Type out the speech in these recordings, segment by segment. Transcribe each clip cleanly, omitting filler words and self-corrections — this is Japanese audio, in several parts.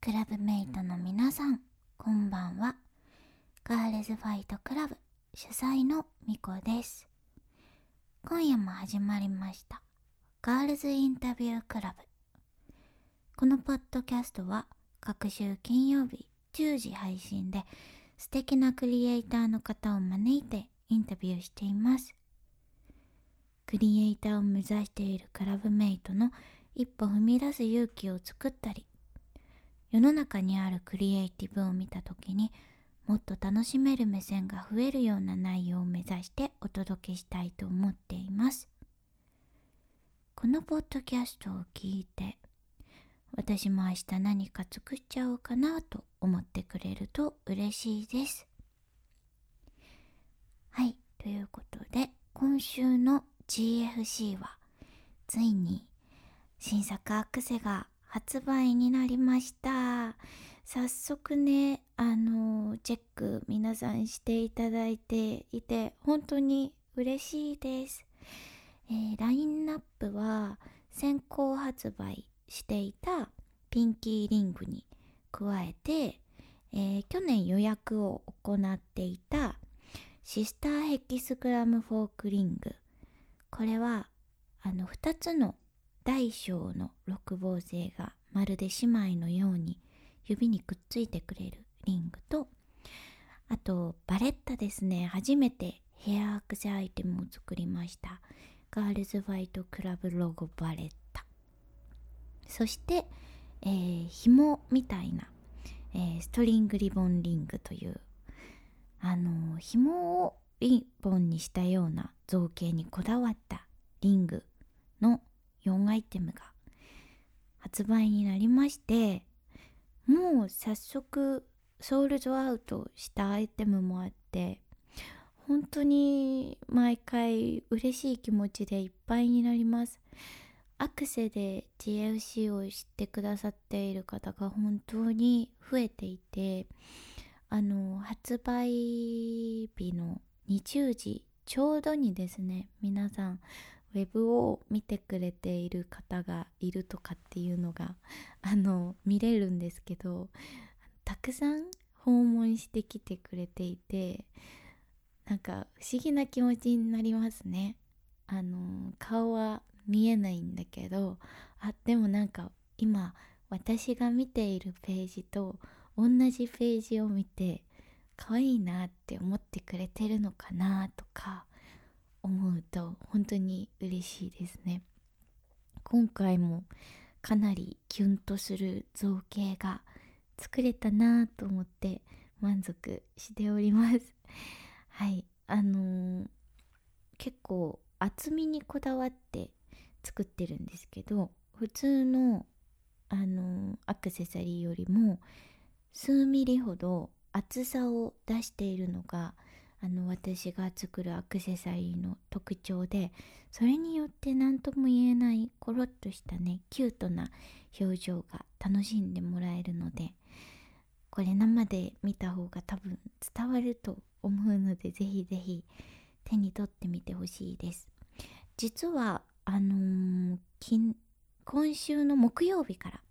クラブメイトの皆さん、こんばんは。ガールズファイトクラブ主催のみこです。今夜も始まりましたガールズインタビュークラブ。このポッドキャストは各週金曜日10時配信で、素敵なクリエイターの方を招いてインタビューしています。クリエイターを目指しているクラブメイトの一歩踏み出す勇気を作ったり、世の中にあるクリエイティブを見たときにもっと楽しめる目線が増えるような内容を目指してお届けしたいと思っています。このポッドキャストを聞いて、私も明日何か作っちゃおうかなと思ってくれると嬉しいです。はい、ということで今週の GFC はついに新作アクセが発売になりました。早速ね、チェック皆さんしていただいていて本当に嬉しいです。ラインナップは先行発売していたピンキーリングに加えて、去年予約を行っていたシスターヘキスグラムフォークリング、これは2つの大小の六芒星がまるで姉妹のように指にくっついてくれるリングと、あとバレッタですね。初めてヘアアクセアイテムを作りました。ガールズファイトクラブロゴバレッタ。そして、紐みたいな、ストリングリボンリングという紐をリボンにしたような造形にこだわったリングの4アイテムが発売になりまして、もう早速ソールドアウトしたアイテムもあって、本当に毎回嬉しい気持ちでいっぱいになります。アクセで GFC を知ってくださっている方が本当に増えていて、発売日の20時ちょうどにですね、皆さんウェブを見てくれている方がいるとかっていうのが見れるんですけど、たくさん訪問してきてくれていて、なんか不思議な気持ちになりますね。顔は見えないんだけど、でもなんか今私が見ているページと同じページを見て可愛いなって思ってくれてるのかなとか思うと本当に嬉しいですね。今回もかなりキュンとする造形が作れたなと思って満足しております。はい、結構厚みにこだわって作ってるんですけど、普通のアクセサリーよりも数ミリほど厚さを出しているのが私が作るアクセサリーの特徴で、それによって何とも言えないコロッとしたね、キュートな表情が楽しんでもらえるので、これ生で見た方が多分伝わると思うので、ぜひぜひ手に取ってみてほしいです。実は今週の木曜日から、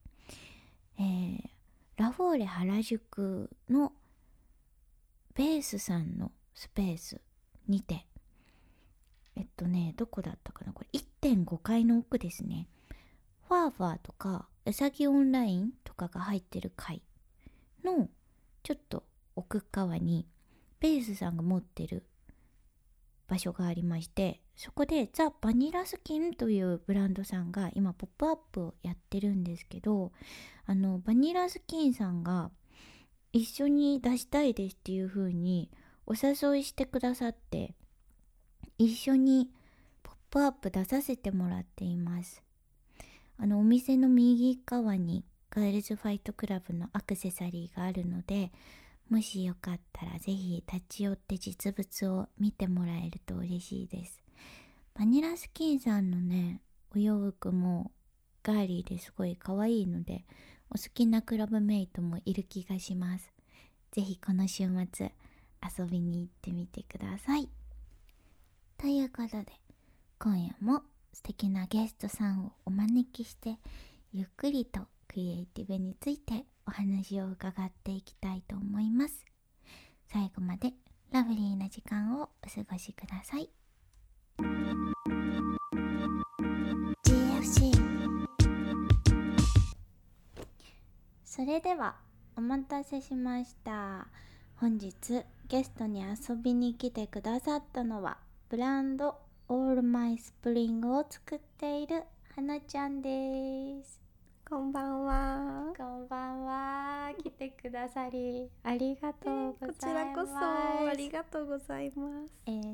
ラフォーレ原宿のベースさんのスペースにて、どこだったかな、これ 1.5 階の奥ですね。ファーファーとかうさぎオンラインとかが入ってる階のちょっと奥側にベースさんが持ってる場所がありまして、そこでザ・バニラスキンというブランドさんが今ポップアップをやってるんですけど、バニラスキンさんが一緒に出したいですっていう風にお誘いしてくださって、一緒にポップアップ出させてもらっています。お店の右側にガールズファイトクラブのアクセサリーがあるので、もしよかったらぜひ立ち寄って実物を見てもらえると嬉しいです。バニラスキンさんのね、お洋服もガーリーですごい可愛いので、お好きなクラブメイトもいる気がします。ぜひこの週末遊びに行ってみてください。ということで、今夜も素敵なゲストさんをお招きして、ゆっくりとクリエイティブについてお話を伺っていきたいと思います。最後までラブリーな時間をお過ごしください。 GFC。 それではお待たせしました。本日ゲストに遊びに来てくださったのはブランドオールマイスプリングを作っている花ちゃんです。 こんばんは。 こんばんは。来てくださりありがとうございます。 こちらこそありがとうございます。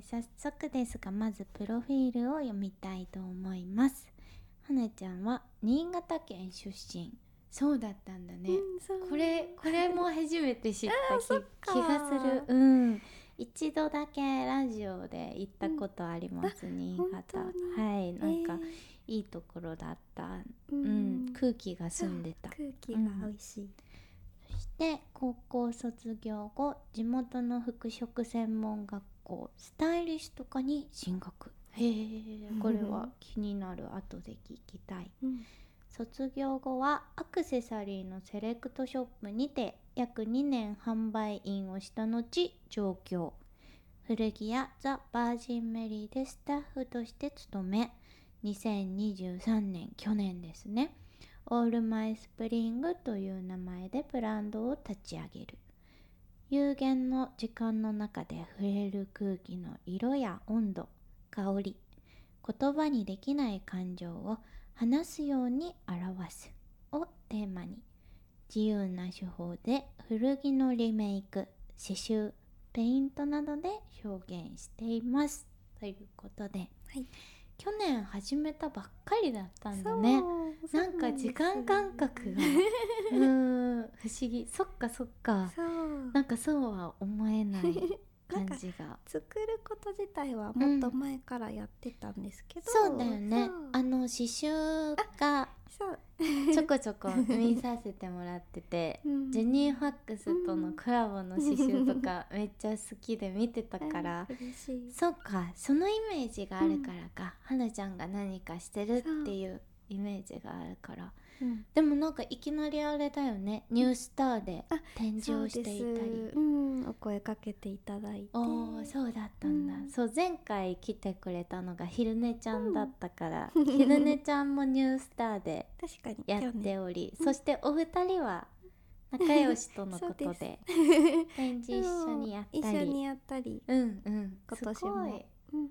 早速ですが、まずプロフィールを読みたいと思います。花ちゃんは新潟県出身。そうだったんだね、これも初めて知った気がする。一度だけラジオで行ったことあります、新潟。はい、なんか、いいところだった。空気が澄んでた。 空気が美味しい。 そして高校卒業後、地元の服飾専門学校スタイリスト科に進学。へえ、これは気になる。後で聞きたい。卒業後はアクセサリーのセレクトショップにて約2年販売員をした後上京。古着屋ザ・バージンメリーでスタッフとして勤め、2023年、去年ですね、オールマイスプリングという名前でブランドを立ち上げる。有限の時間の中で触れる空気の色や温度、香り、言葉にできない感情を話すように表すをテーマに、自由な手法で古着のリメイク、刺繍、ペイントなどで表現していますということで、去年始めたばっかりだったんだね。なんか時間感覚が不思議。そっか。なんかそうは思えない感じが作ること自体はもっと前からやってたんですけど、 そうだよね。刺繍がちょこちょこ見させてもらってて、ジェニーファックスとのコラボの刺繍とかめっちゃ好きで見てたから、そっか、そのイメージがあるからか、花ちゃんが何かしてるっていうイメージがあるから。でもなんかいきなりあれだよね、ニュースターで展示をしていたり、 お声かけていただいて。 そうだったんだ。そう、前回来てくれたのがひるねちゃんだったから、ひるねちゃんもニュースターでやっており、そしてお二人は仲良しとのことで展示一緒にやったり、今年も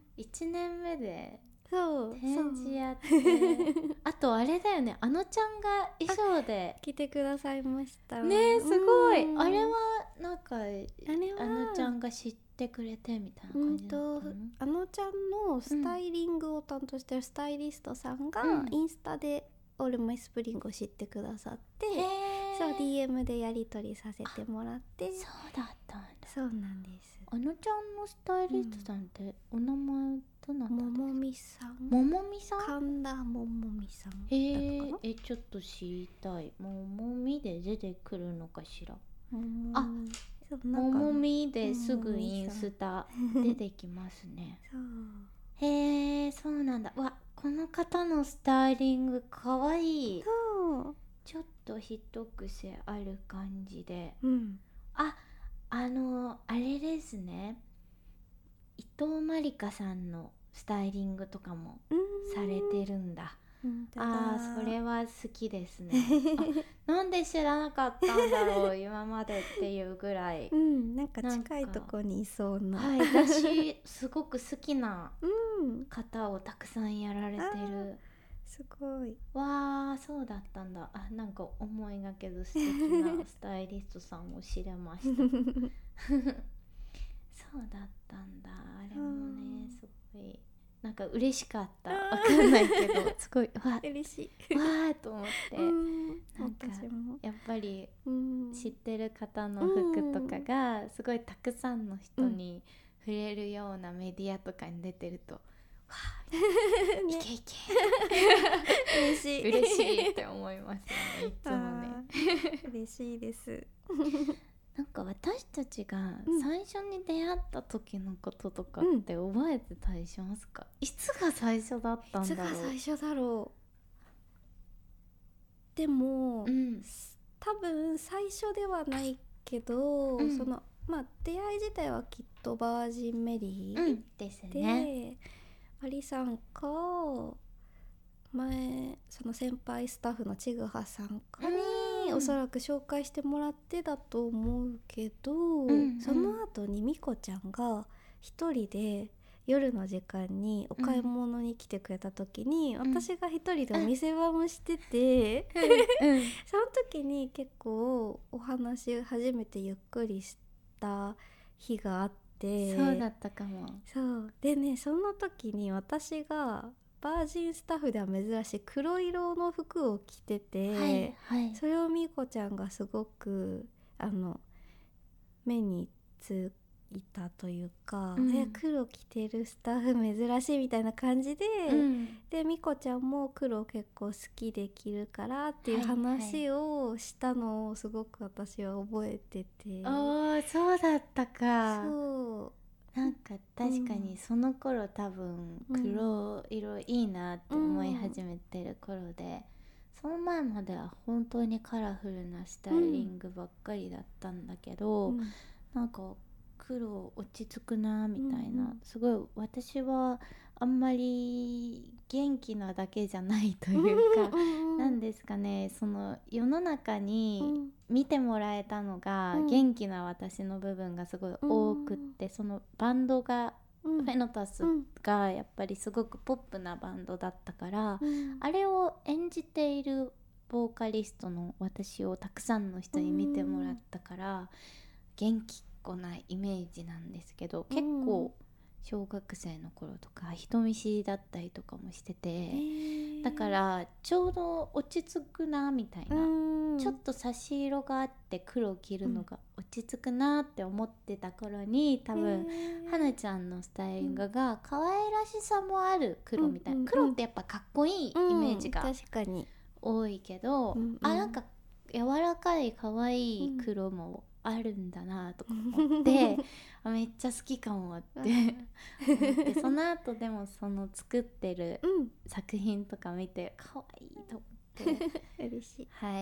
1年目で展示やって、あとあれだよね、あのちゃんが衣装で来てくださいましたね。すごい。あれはなんかあのちゃんが知ってくれてみたいな感じだったの？ あのちゃんのスタイリングを担当してるスタイリストさんがインスタでオールマイスプリングを知ってくださって、そう DM でやり取りさせてもらって。 そうだったんだ。 そうなんです。 あのちゃんのスタイリストさんってお名前どなたですか？ ももみさん。神田ももみさんだったかな。 ちょっと知りたい。ももみで出てくるのかしら。ももみですぐインスタ出てきますね。へえ、そうなんだ。わ、この方のスタイリングかわいい。ちょっと一癖ある感じで、あれですね、伊藤まりかさんのスタイリングとかもされてるんだ。それは好きですね。なんで知らなかったんだろう今までっていうぐらい、 なんか近いとこにいそうな。 私すごく好きな方をたくさんやられてる。 すごい。 わー、そうだったんだ。なんか思いがけず素敵なスタイリストさんを知れました。そうだったんだ。あれもね、すごいなんか嬉しかった。わかんないけどすごい嬉しいわーと思って、なんかやっぱり知ってる方の服とかがすごいたくさんの人に触れるようなメディアとかに出てると、いけいけ嬉しいって思いますね、いつもね。 嬉しいです。 なんか私たちが最初に出会った時のこととかって覚えてたりしますか？いつが最初だったんだろう。 でも、 多分最初ではないけど、その出会い自体はきっとバージンメリー、 ですね。 でアリさんか前その先輩スタッフのちぐはさんかにおそらく紹介してもらってだと思うけど、その後にみこちゃんが一人で夜の時間にお買い物に来てくれた時に、私が一人でお店番をしてて、その時に結構お話初めてゆっくりした日があって、 そうだったかも。 そうでね、その時に私がバージンスタッフでは珍しい黒色の服を着てて、それをみこちゃんがすごく目についたというか、黒着てるスタッフ珍しいみたいな感じで、でみこちゃんも黒結構好きで着るからっていう話をしたのをすごく私は覚えてて、 そうだったか。 そうなんか確かにその頃多分黒色いいなって思い始めてる頃で、その前までは本当にカラフルなスタイリングばっかりだったんだけど、なんか黒落ち着くなみたいな、すごい私はあんまり元気なだけじゃないというか、なんですかね、その世の中に見てもらえたのが元気な私の部分がすごい多くって、そのバンドがフェノタスがやっぱりすごくポップなバンドだったから、あれを演じているボーカリストの私をたくさんの人に見てもらったから、元気っ子なイメージなんですけど、結構小学生の頃とか人見知りだったりとかもしてて、だからちょうど落ち着くなみたいな、ちょっと差し色があって黒を着るのが落ち着くなって思ってた頃に、多分はなちゃんのスタイリングが可愛らしさもある黒みたいな、黒ってやっぱかっこいいイメージが確かに多いけど、なんか柔らかい可愛い黒もあるんだなとか思って、めっちゃ好きかもって思って、その後でもその作ってる作品とか見て可愛いと思って嬉しい。 はい、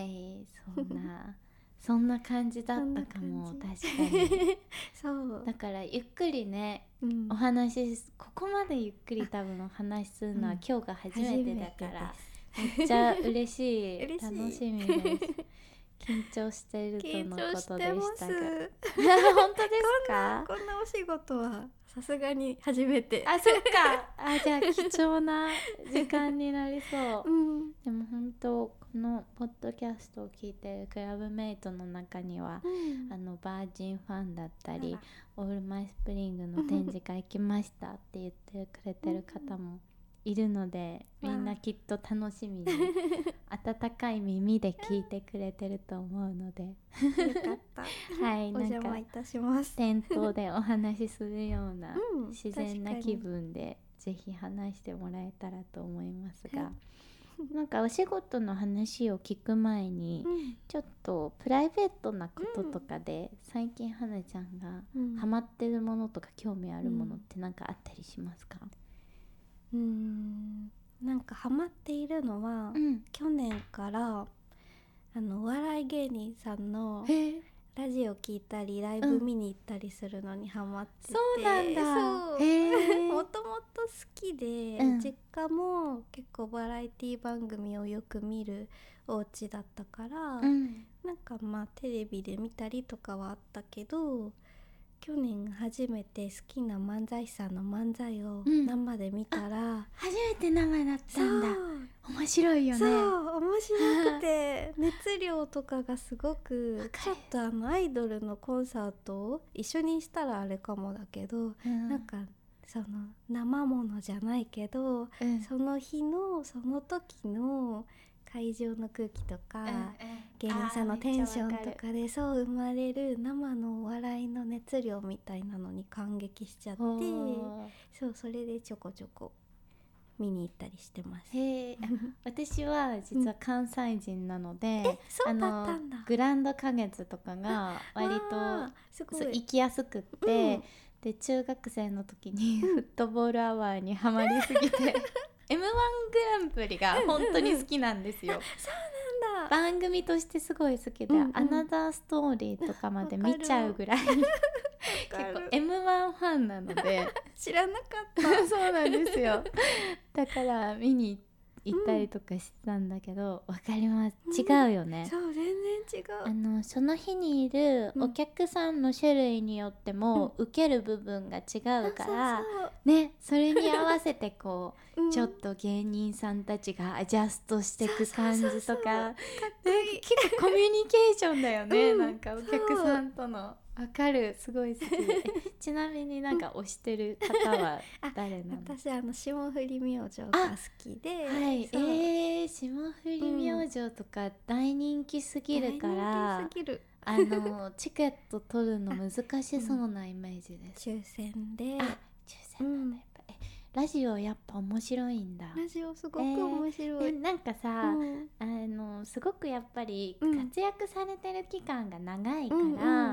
そんな感じだったかも。確かにそうだからゆっくりね、お話ここまでゆっくり多分お話しするのは今日が初めてだから、めっちゃ嬉しい楽しみです緊張しているとのことでしたが本当ですか？ こんなお仕事はさすがに初めて。 そっかじゃあ貴重な時間になりそう、でも本当このポッドキャストを聞いてるクラブメイトの中には、バージンファンだったりオールマイスプリングの展示会行きましたって言ってくれてる方もいるので、みんなきっと楽しみに温かい耳で聞いてくれてると思うのでよかったはい、 お邪魔いたします。 店頭でお話しするような自然な気分でぜひ話してもらえたらと思いますが、なんかお仕事の話を聞く前に、ちょっとプライベートなこととかで、最近はなちゃんがハマってるものとか興味あるものって何かあったりしますか？ なんかハマっているのは、去年からお笑い芸人さんのラジオ聞いたりライブ見に行ったりするのにハマってて、 そうなんだ。 もともと好きで、実家も結構バラエティ番組をよく見るお家だったから、なんかテレビで見たりとかはあったけど、去年初めて好きな漫才師さんの漫才を生で見たら、 初めて生だったんだ。面白いよね。 そう面白くて熱量とかがすごく、ちょっとアイドルのコンサートを一緒にしたらあれかもだけど、なんかその生ものじゃないけど、その日のその時の会場の空気とか、芸人さんのテンションとかで生まれる生のお笑いの熱量みたいなのに感激しちゃって、それでちょこちょこ見に行ったりしてます。 私は実は関西人なので、 そうだったんだ。 グランド花月とかが割と行きやすくって、で中学生の時にフットボールアワーにハマりすぎてM1 グランプリが本当に好きなんですよ。 そうなんだ。 番組としてすごい好きで、アナザーストーリーとかまで見ちゃうぐらい結構 M1 ファンなので知らなかったそうなんですよ。だから見に行ったりとかしてたんだけど、わかります、違うよね。 そう、全然違う。 その日にいるお客さんの種類によっても、受ける部分が違うから、ね、それに合わせてこう、ちょっと芸人さんたちがアジャストしていく感じとか、結構コミュニケーションだよね、なんかお客さんとの。わかる、すごい好き。ちなみになんか推してる方は誰なの？ 私霜降り明星が好きで、 はい、霜降り明星とか大人気すぎるから、 大人気すぎる。 チケット取るの難しそうなイメージです。 抽選で。 抽選なんだ、やっぱラジオやっぱ面白いんだ。 ラジオすごく面白い。 なんかさ、すごくやっぱり活躍されてる期間が長いから、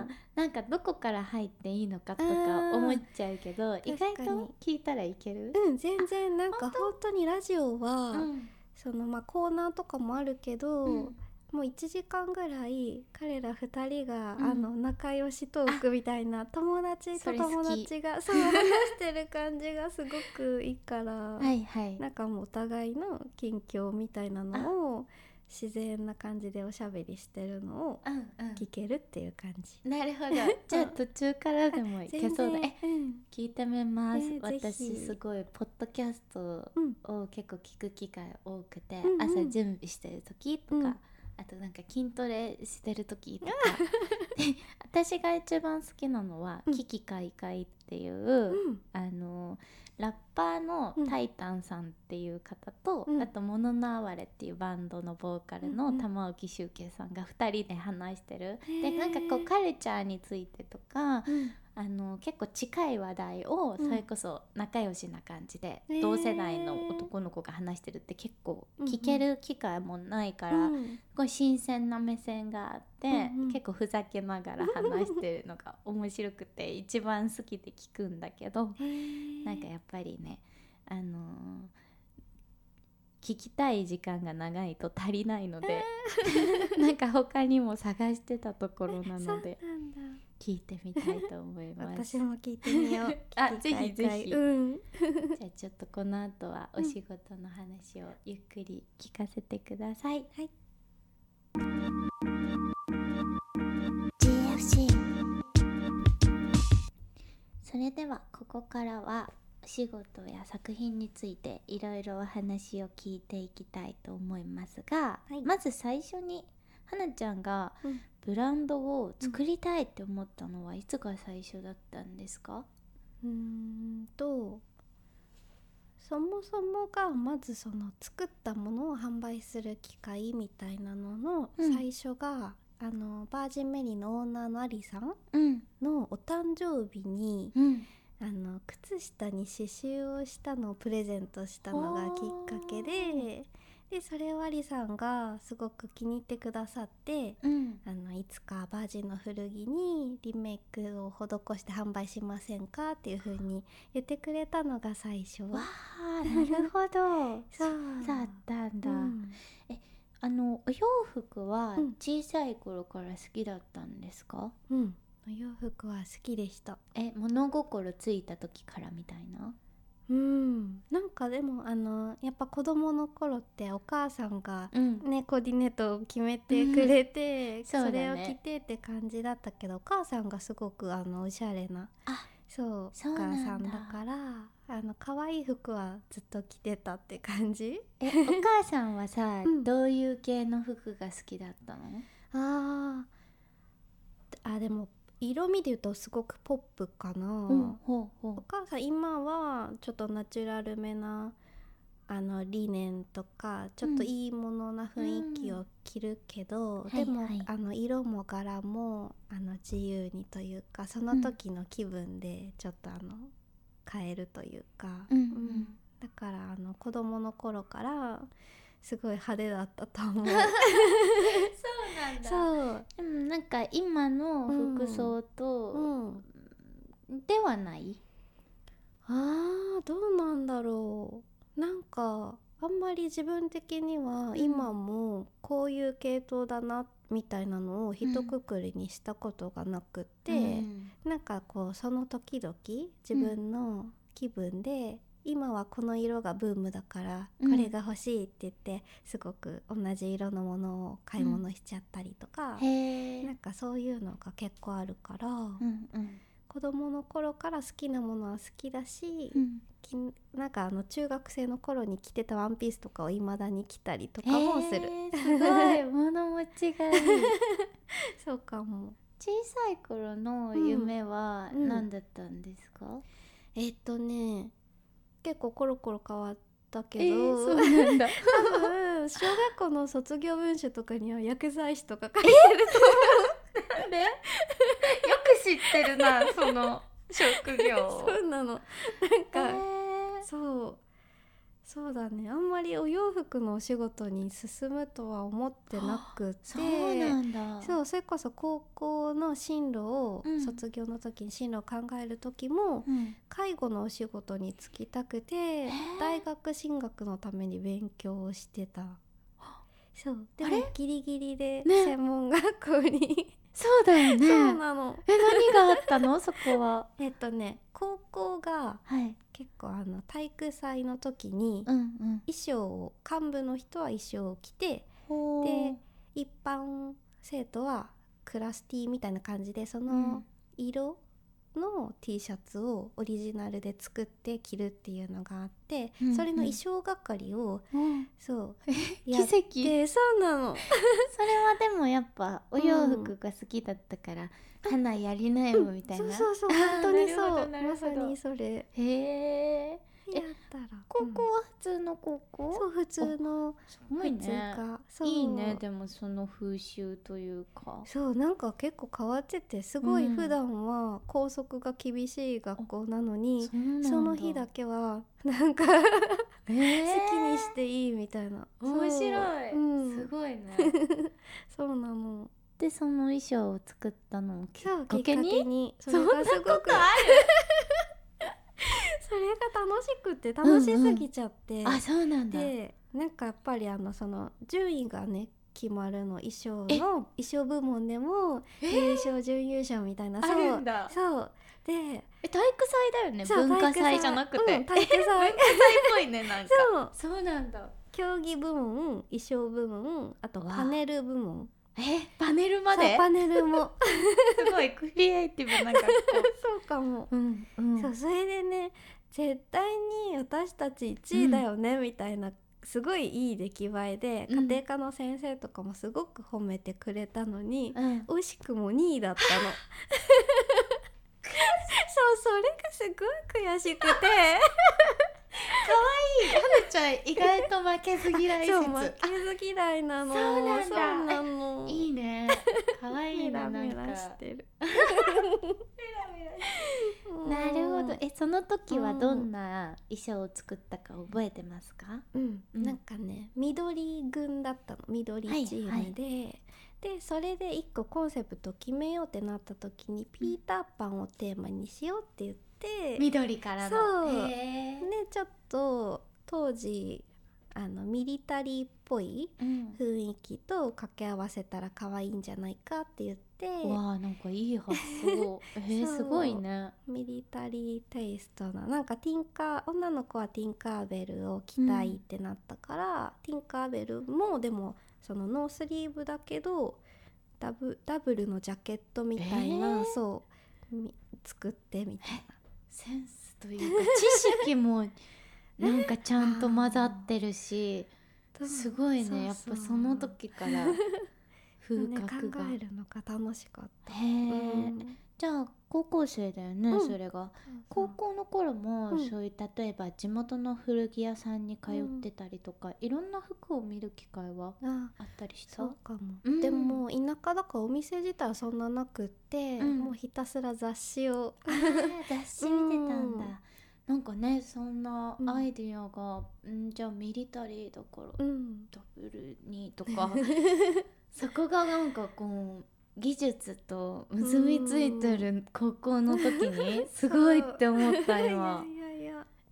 なんかどこから入っていいのかとか思っちゃうけど、意外と聞いたらいける？ 全然なんか本当にラジオは、そのコーナーとかもあるけど、もう1時間ぐらい彼ら2人が、仲良しトークみたいな、友達と友達がそう話してる感じがすごくいいからなんかもうお互いの近況みたいなのを自然な感じでおしゃべりしてるのを聞けるっていう感じ。 なるほど。じゃあ途中からでもいけそうだ。聞いてみます。私すごいポッドキャストを結構聞く機会多くて、朝準備してる時とか、あとなんか筋トレしてる時とかで、私が一番好きなのはキキカイカイっていう、ラッパーのタイタンさんっていう方と、あとモノノアワレっていうバンドのボーカルの玉置周慶さんが2人で話してる。でなんかこうカルチャーについてとか、結構近い話題をそれこそ仲良しな感じで、同世代の男の子が話してるって結構聞ける機会もないから、すごい新鮮な目線があって、結構ふざけながら話してるのが面白くて一番好きで聞くんだけど、なんかやっぱりね、聞きたい時間が長いと足りないので、なんか他にも探してたところなので聞いてみたいと思います。 私も聞いてみよう。 ぜひぜひ。じゃあちょっとこの後はお仕事の話をゆっくり聞かせてください。GFC。それではここからはお仕事や作品についていろいろお話を聞いていきたいと思いますが、まず最初にはなちゃんがブランドを作りたいって思ったのはいつが最初だったんですか？ そもそもがまずその作ったものを販売する機械みたいなのの最初が、バージンメリーのオーナーのアリさんのお誕生日に、靴下に刺繍をしたのをプレゼントしたのがきっかけで、それをアリさんがすごく気に入ってくださって、いつかバージンの古着にリメイクを施して販売しませんかっていう風に言ってくれたのが最初。 わあ、なるほど。そうだったんだ。お洋服は小さい頃から好きだったんですか？ お洋服は好きでした。 物心ついた時からみたいな？ なんかでもやっぱ子供の頃ってお母さんがね、コーディネートを決めてくれて、それを着てって感じだったけど、お母さんがすごくおしゃれなお母さんだから可愛い服はずっと着てたって感じ。 お母さんはさ、どういう系の服が好きだったの？ でも色味で言うとすごくポップかな。お母さん今はちょっとナチュラルめなリネンとかちょっといいものな雰囲気を着るけど、でも、色も柄も自由にというか、その時の気分でちょっと変えるというか、だから子供の頃からすごい派手だったと思う。そうなんだ。そう。でもなんか今の服装と、ではない？ どうなんだろう。なんかあんんまり自分的には今もこういう系統だなみたいなのを一括りにしたことがなくて、なんかこうその時々自分の気分で、今はこの色がブームだからこれが欲しいって言ってすごく同じ色のものを買い物しちゃったりとか、なんかそういうのが結構あるから、子供の頃から好きなものは好きだし、なんか中学生の頃に着てたワンピースとかを未だに着たりとかもする。 すごい物持ちがいいそうかも。 小さい頃の夢は何だったんですか？ 結構コロコロ変わったけど、 そうなんだ多分小学校の卒業文集とかには薬剤師とか書いてると思う。 なんで？よく知ってるなその職業そうなの。なんか、そうだね、あんまりお洋服のお仕事に進むとは思ってなくて、 そうなんだ。 それこそ高校の進路を、卒業の時に進路を考える時も、介護のお仕事に就きたくて、大学進学のために勉強をしてた。そうでもギリギリで専門学校に、 そうだよね。 そうなの。 何があったのそこは？ 高校が、結構体育祭の時に、衣装を幹部の人は衣装を着て、で一般生徒はクラス T みたいな感じでその色の T シャツをオリジナルで作って着るっていうのがあって、それの衣装係を、やって奇跡。 そうなの。 それはでもやっぱお洋服が好きだったから、花やりなよみたいな。 そう本当にそう、まさにそれ。 へえ。 やったら高校は普通の高校？ そう、普通の。 すごいね。いいね。でもその風習というか、 そうなんか結構変わってて、すごい普段は校則が厳しい学校なのに、その日だけはなんか好きにしていいみたいな。 面白い。すごいね。 そうなの。 でその衣装を作ったのをきっかけけに、 そんなことある？ それが楽しくて楽しすぎちゃって、 あ、そうなんだ。 でなんかやっぱりその順位がね決まるの、衣装部門でも優勝準優勝みたいな、 あるんだ。 そうで体育祭だよね。文化祭じゃなくて、 体育祭っぽいね。なんかそうなんだ。 競技部門、衣装部門、あとパネル部門。 パネルまで？ パネルもすごいクリエイティブな学校。 そうかも。それでね、絶対に私たち1位だよねみたいな、すごいいい出来栄えで、家庭科の先生とかもすごく褒めてくれたのに、惜しくも2位だったの。それがすごい悔しくて。可愛い。はるちゃん意外と負けず嫌い説。 負けず嫌いなの。 そうなの。 いいね。可愛いな。なんかしてる。 なるほど。その時はどんな衣装を作ったか覚えてますか？ なんかね、緑軍だったの。緑チームで、でそれで1個コンセプト決めようってなった時に、ピーターパンをテーマにしようって言って、 緑からの。 そうね、ちょっと当時ミリタリーっぽい雰囲気と掛け合わせたら可愛いんじゃないかって言って、 わあ、なんかいい発想。すごいね。 ミリタリーテイストな、なんか女の子はティンカーベルを着たいってなったから、ティンカーベルもでもそのノースリーブだけどダブルのジャケットみたいな、作ってみたいな。 センスというか知識もなんかちゃんと混ざってるし、すごいね。やっぱその時から風格が、 考えるのが楽しかった。 じゃあ高校生だよね、それが。高校の頃もそういう例えば地元の古着屋さんに通ってたりとか、いろんな服を見る機会はあったりした？ そうかも。でも田舎だからお店自体はそんななくって、もうひたすら雑誌を雑誌見てたんだ。なんかね、そんなアイディアが、じゃあミリタリーだから、ダブルにとかそこがなんかこう技術と結びついてる高校の時にすごいって思った今。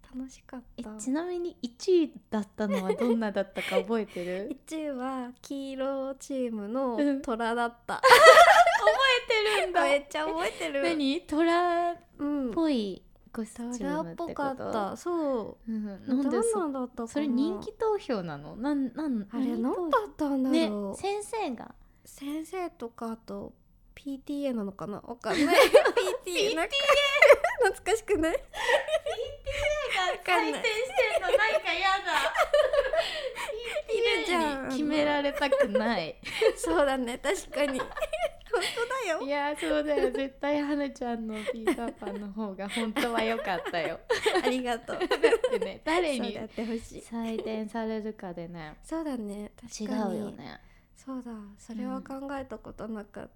楽しかった。 ちなみに1位だったのはどんなだったか覚えてる？ 1位は黄色チームの虎だった、 覚えてるんだ。 めっちゃ覚えてる。 何？虎っうん、 ぽいコスチュ虎ームってこと？ っぽかった。そう、 なんでどんなんだったかな。 それ人気投票なの？ あれ何だったんだね、 ろう、 先生が先生とか、あと PTA なのかな、わかんないPTA なんか懐かしくない？ PTA が採点してるのなんかやだいるじゃん、 決められたくないそうだね、確かに本当だよ。 いやそうだよ、絶対はなちゃんのピーターパンの方が本当は良かったよありがとう。 だってね、誰にそうやってほしい。 採点されるかでね、 そうだね、 違う確かによね。 そうだ、それは考えたことなかった、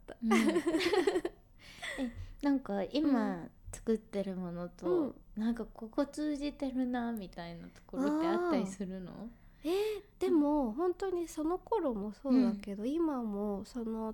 なんか今作ってるものと、なんかここ通じてるなみたいなところってあったりするの？ でも本当にその頃もそうだけど、今もその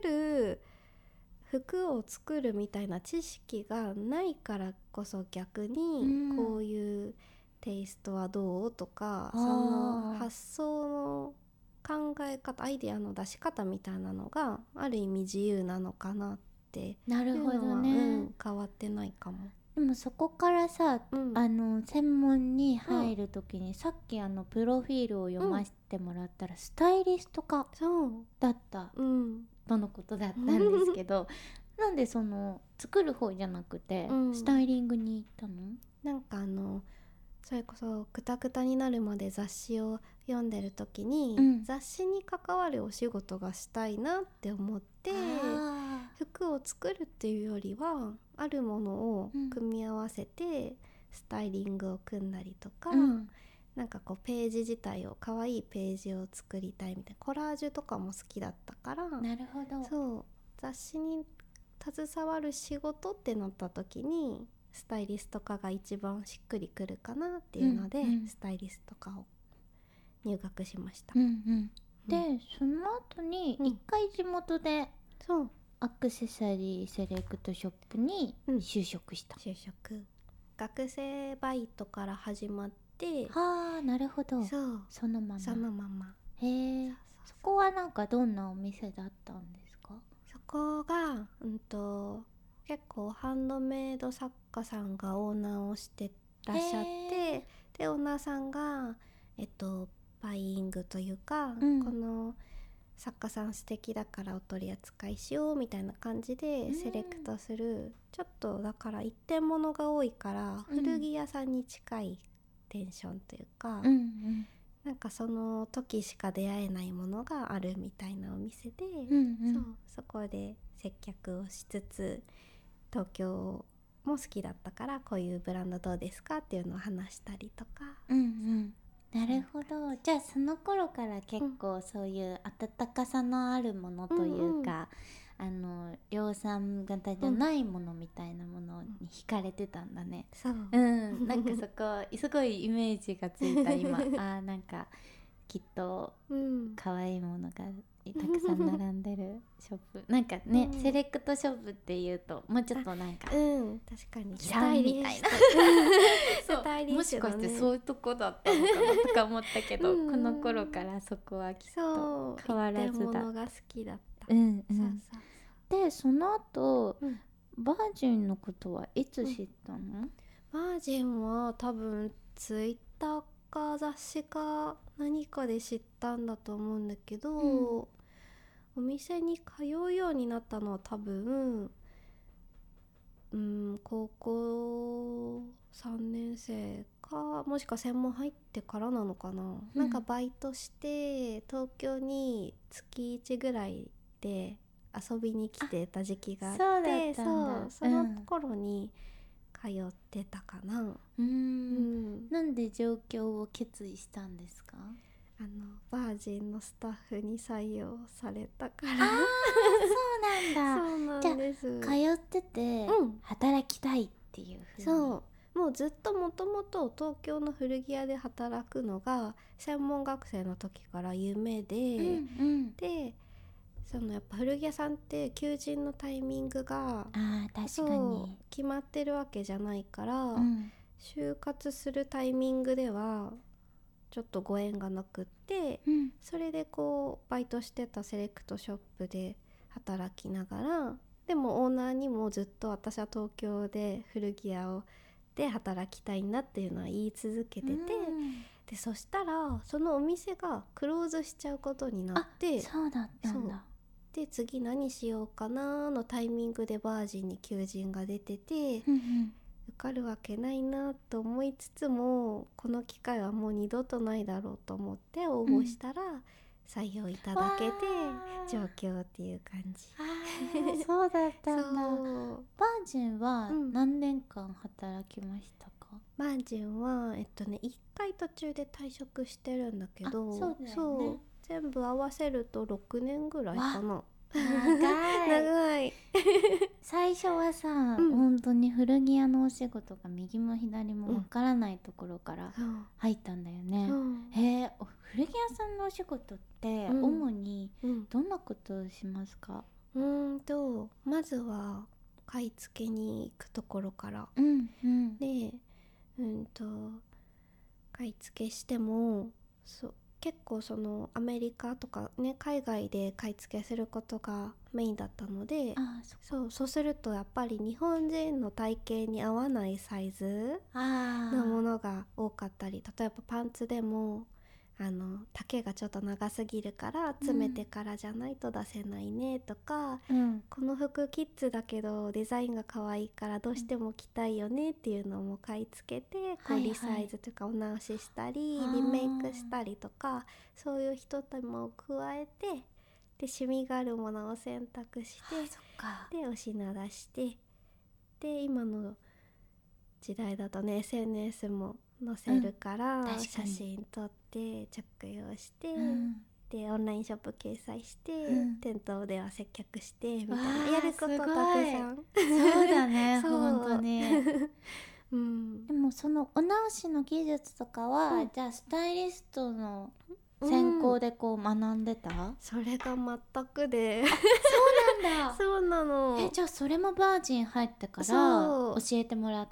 服を作るみたいな知識がないからこそ、逆にこういうテイストはどうとか、その発想の考え方、アイデアの出し方みたいなのがある意味自由なのかなっていうのは、 なるほどね、 変わってないかも。 でもそこからさ、専門に入るときに、さっきプロフィールを読ませてもらったら、スタイリスト科だったとのことだったんですけどなんでその作る方じゃなくて、スタイリングに行ったの？ なんかそれこそクタクタになるまで雑誌を読んでる時に、雑誌に関わるお仕事がしたいなって思って、服を作るっていうよりはあるものを組み合わせてスタイリングを組んだりとか、なんかこうページ自体を可愛いページを作りたいみたいな、コラージュとかも好きだったから、 なるほど、 そう雑誌に携わる仕事ってなった時にスタイリスト科が一番しっくりくるかなっていうので、スタイリスト科を入学しました。 でその後に一回地元でアクセサリーセレクトショップに就職した。 学生バイトから始まって、 なるほど、そのままへえ。そこはなんかどんなお店だったんですか？ そこが結構ハンドメイド作家さんがオーナーをしてらっしゃって、でオーナーさんがバイイングというか、この作家さん素敵だからお取り扱いしようみたいな感じでセレクトする、ちょっとだから一点物が多いから古着屋さんに近いテンションというか、なんかその時しか出会えないものがあるみたいなお店で、そこで接客をしつつ、東京も好きだったからこういうブランドどうですかっていうのを話したりとか。 なるほど。じゃあその頃から結構そういう温かさのあるものというか、量産型じゃないものみたいなものに惹かれてたんだね。なんかそこすごいイメージがついた今なんかきっと可愛いものがたくさん並んでるショップなんかね、セレクトショップっていうともうちょっとなんか確かにスタイリみたいなそうもしかしてそういうとこだったのかなとか思ったけど、この頃からそこはきっと変わらずだ。 一点物が好きだった。 でその後、バージンのことはいつ知ったの？ バージンは多分ツイッターか雑誌か何かで知ったんだと思うんだけど、お店に通うようになったのは多分高校3年生か、もしくは専門入ってからなのかな、なんかバイトして東京に月1ぐらいで遊びに来てた時期があって、その頃に通ってたかな。 なんで上京を決意したんですか？ バージンのスタッフに採用されたから。 そうなんだ。 そうなんです。 じゃあ通ってて、働きたいっていうふうに。 もうずっともともと東京の古着屋で働くのが専門学生の時から夢で、でそのやっぱ古着屋さんって求人のタイミングが確かに決まってるわけじゃないから、 就活するタイミングではちょっとご縁がなくって、それでこうバイトしてたセレクトショップで働きながら、でもオーナーにもずっと私は東京で古着屋で働きたいなっていうのは言い続けてて、でそしたらそのお店がクローズしちゃうことになって、 そうだったんだ。 で次何しようかなのタイミングでバージンに求人が出てて、受かるわけないなと思いつつも、この機会はもう二度とないだろうと思って応募したら、採用いただけて上京っていう感じ。 そうだったんだ。 そうバージンは何年間働きましたか？ バージンは1回途中で退職してるんだけど、 そうだよね。 そう全部合わせると6年ぐらいかな。 長い長い。 最初はさ、本当に古着屋のお仕事が右も左もわからないところから入ったんだよね。古着屋さんのお仕事って主にどんなことをしますか？ まずは買い付けに行くところから、で買い付けしても結構そのアメリカとかね、海外で買い付けすることがメインだったので、そうするとやっぱり日本人の体型に合わないサイズのものが多かったり、例えばパンツでも丈がちょっと長すぎるから詰めてからじゃないと出せないねとか、この服キッズだけどデザインが可愛いからどうしても着たいよねっていうのも買い付けて、こうリサイズとかお直ししたり、リメイクしたりとか、そういう一手間を加えて、でシミがあるものを選択して、でお品出して、で今の時代だとね SNS も載せるから、写真撮って着用して、でオンラインショップ掲載して、店頭では接客してみたいな、やることたくさん。 そうだね本当にでもそのお直しの技術とかは、じゃあスタイリストの専攻でこう学んでた？ それが全くでそうなんだ。 そうなの。 じゃあそれもバージン入ってから教えてもらって、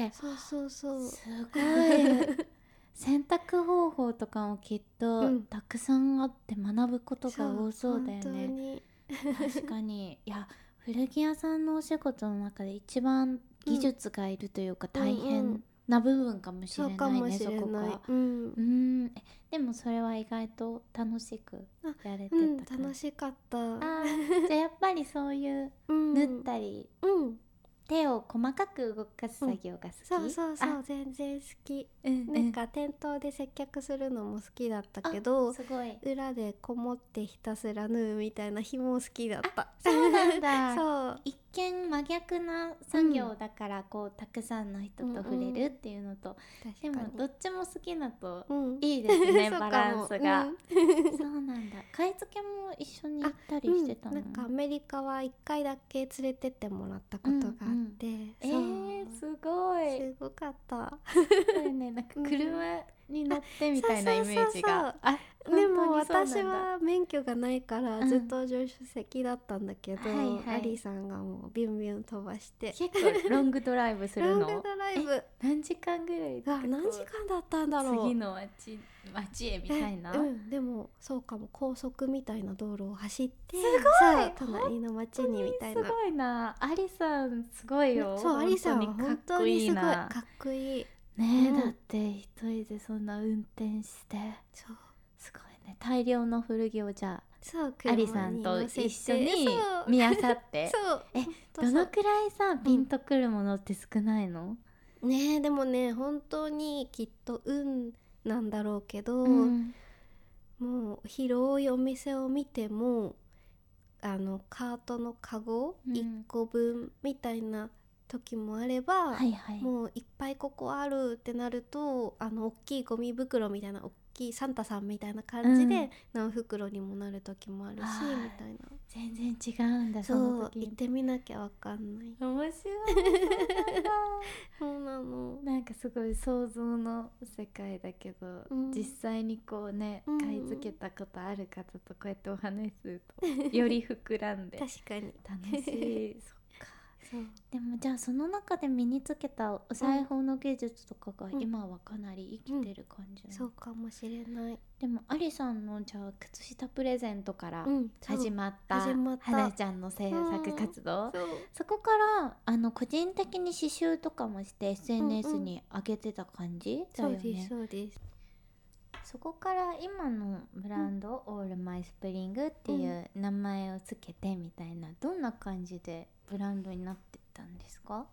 そうすごい洗濯方法とかもきっとたくさんあって学ぶことが多そうだよね。確かに。いや古着屋さんのお仕事の中で一番技術がいるというか大変な部分かもしれないね、そこが。でもそれは意外と楽しくやれてた。 楽しかった。 じゃあやっぱりそういう縫ったり、手を細かく動かす作業が好き？ そう全然好き。なんか店頭で接客するのも好きだったけど、 すごい裏でこもってひたすら縫うみたいな日も好きだった。 そうなんだ。 そう一見真逆な作業だから、こうたくさんの人と触れるっていうのと、でもどっちも好きだといいですね、バランスが。そうなんだ。買い付けも一緒に行ったりしてたの？ なんかアメリカは1回だけ連れてってもらったことがあって、 すごい。 すごかった。 そうね、なんか車に乗ってみたいなイメージが。 でも私は免許がないからずっと助手席だったんだけど、アリさんがもうビュンビュン飛ばして結構ロングドライブするの？ ロングドライブ何時間ぐらい？ 何時間だったんだろう。 次の町へみたいな。 でもそうかも、高速みたいな道路を走って、 すごい隣の町にみたいな。 すごいな。アリさんすごいよ。 そう、アリさんは本当にすごいかっこいいね。だって一人でそんな運転して、そうすごいね。大量の古着をじゃあアリさんと一緒に見漁って。どのくらいさピンとくるものって少ないの？ ねえ、でもね本当にきっと運なんだろうけど、もう広いお店を見てもカートのカゴ1個分みたいな時もあれば、もういっぱいここあるってなると大きいゴミ袋みたいな、大きいサンタさんみたいな感じで何袋にもなる時もあるし、みたいな。 全然違うんだ。 そう行ってみなきゃわかんない。 面白い。 そうなの。 なんかすごい想像の世界だけど、実際にこうね買い付けたことある方とこうやってお話しするとより膨らんで確かに楽しい。そっか。 そうでもじゃあその中で身につけたお裁縫の技術とかが今はかなり生きてる感じなの、 そうかもしれない。 でもアリさんのじゃあ靴下プレゼントからそう始まった始まった花ちゃんの制作活動、 そうそこから個人的に刺繍とかもして SNS に上げてた感じだよね、 そうですそうです。 そこから今のブランド、オールマイスプリングっていう名前をつけてみたいな、どんな感じでブランドになってったんですか？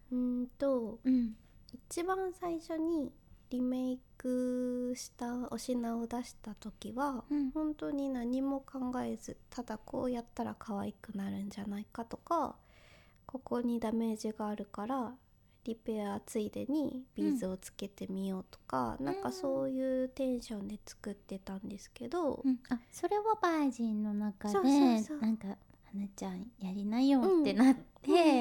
一番最初にリメイクしたお品を出した時は、本当に何も考えず、ただこうやったら可愛くなるんじゃないかとか、ここにダメージがあるからリペアついでにビーズをつけてみようとか、なんかそういうテンションで作ってたんですけど、 あ、それはバージンの中でそうそうそうなんか花ちゃんやりなよってなって、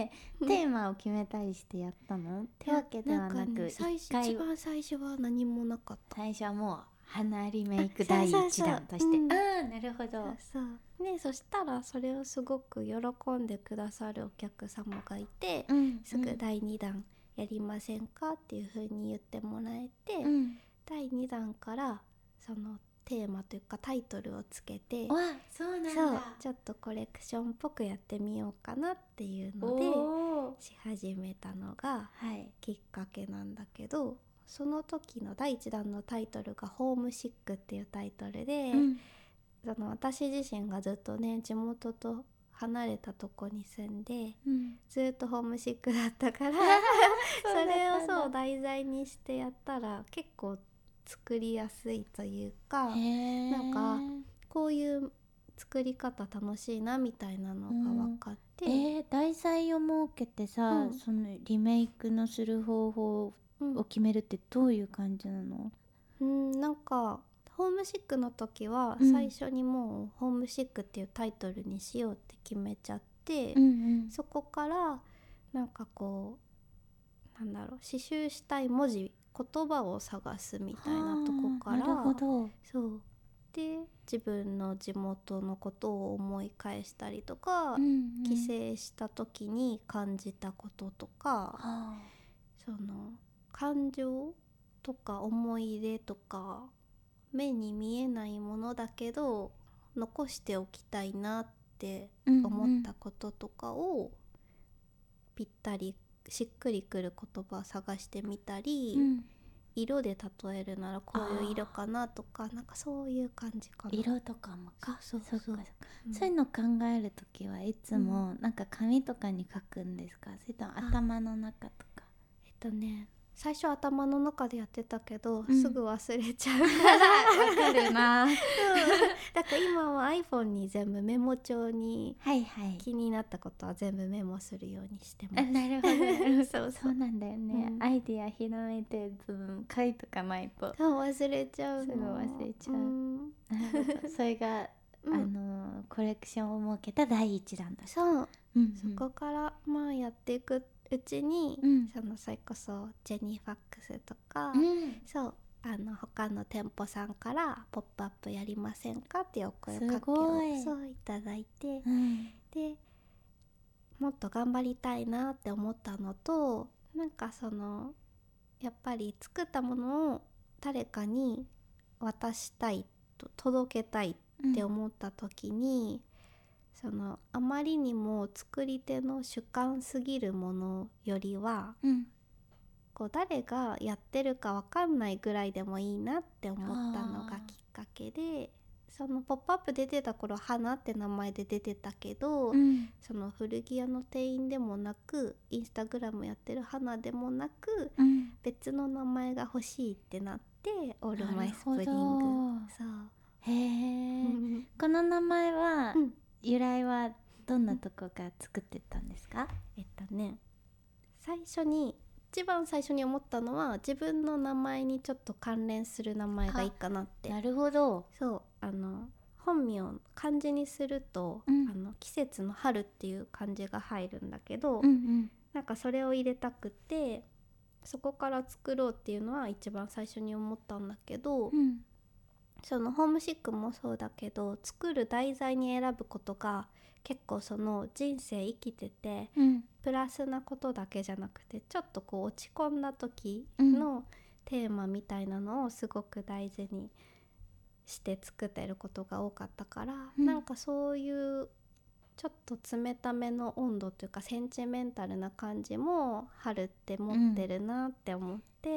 テーマを決めたりしてやったのってわけではなく、 一番最初は何もなかった。 最初はもう花リメイク第一弾として、なるほど。 そうね、そしたらそれをすごく喜んでくださるお客様がいて、すぐ第2弾やりませんかっていう風に言ってもらえて、第2弾からそのテーマというかタイトルをつけて、 そうなんだ。 そうちょっとコレクションっぽくやってみようかなっていうのでし始めたのがきっかけなんだけど、その時の第1弾のタイトルがホームシックっていうタイトルで、その私自身がずっとね地元と離れたとこに住んで、ずっとホームシックだったからそれをそう題材にしてやったら結構作りやすいというか、なんかこういう作り方楽しいなみたいなのが分かって、 題材を設けてさ、そのリメイクのする方法を決めるってどういう感じなの？ なんかホームシックの時は最初にもうホームシックっていうタイトルにしようって決めちゃって、そこからなんかこうなんだろう、刺繍したい文字言葉を探すみたいなとこから、 なるほど。 そうで自分の地元のことを思い返したりとか、帰省した時に感じたこととか、その感情とか思い出とか目に見えないものだけど残しておきたいなって思ったこととかをぴったりしっくりくる言葉を探してみたり、色で例えるならこういう色かなとか、なんかそういう感じかな。 色とかもか。 そういうの考えるときはいつもなんか紙とかに書くんですか？それとも頭の中とか？ 最初頭の中でやってたけど、すぐ忘れちゃうわかるなだから今は iPhone に全部メモ帳にはいはい、 気になったことは全部メモするようにしてます。 なるほどそうなんだよね、アイディアひらめいて書いとかないと忘れちゃうの。 すぐ忘れちゃう、なるほどそれが、コレクションを設けた第一弾だ。 そう、そこからまあやっていくうちに、それこそジェニーファックスとか、そう他の店舗さんからポップアップやりませんかっていうお声かけをそういただいて、でもっと頑張りたいなって思ったのと、なんかそのやっぱり作ったものを誰かに渡したいと届けたいって思った時に、そのあまりにも作り手の主観すぎるものよりは、こう誰がやってるか分かんないぐらいでもいいなって思ったのがきっかけで、そのポップアップ出てた頃花って名前で出てたけど、その古着屋の店員でもなくインスタグラムやってる花でもなく、別の名前が欲しいってなってオールマイスプリング。そうへえ、この名前は、由来はどんなとこが作ってったんですか？ 一番最初に思ったのは自分の名前にちょっと関連する名前がいいかなって。 なるほど。 そう本名漢字にすると、季節の春っていう漢字が入るんだけど、なんかそれを入れたくてそこから作ろうっていうのは一番最初に思ったんだけど、 そのホームシックもそうだけど、作る題材に選ぶことが結構その人生生きててプラスなことだけじゃなくて、ちょっとこう落ち込んだ時のテーマみたいなのをすごく大事にして作ってることが多かったから、なんかそういうちょっと冷ための温度というかセンチメンタルな感じも春って持ってるなって思って、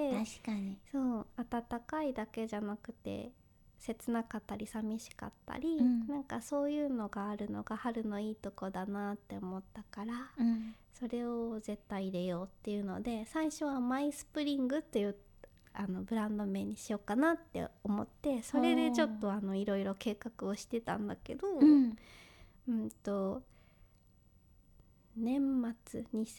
確かにそう暖かいだけじゃなくて切なかったり寂しかったり、なんかそういうのがあるのが春のいいとこだなって思ったから、それを絶対入れようっていうので、最初はマイスプリングっていうブランド名にしようかなって思って、それでちょっといろいろ計画をしてたんだけど、年末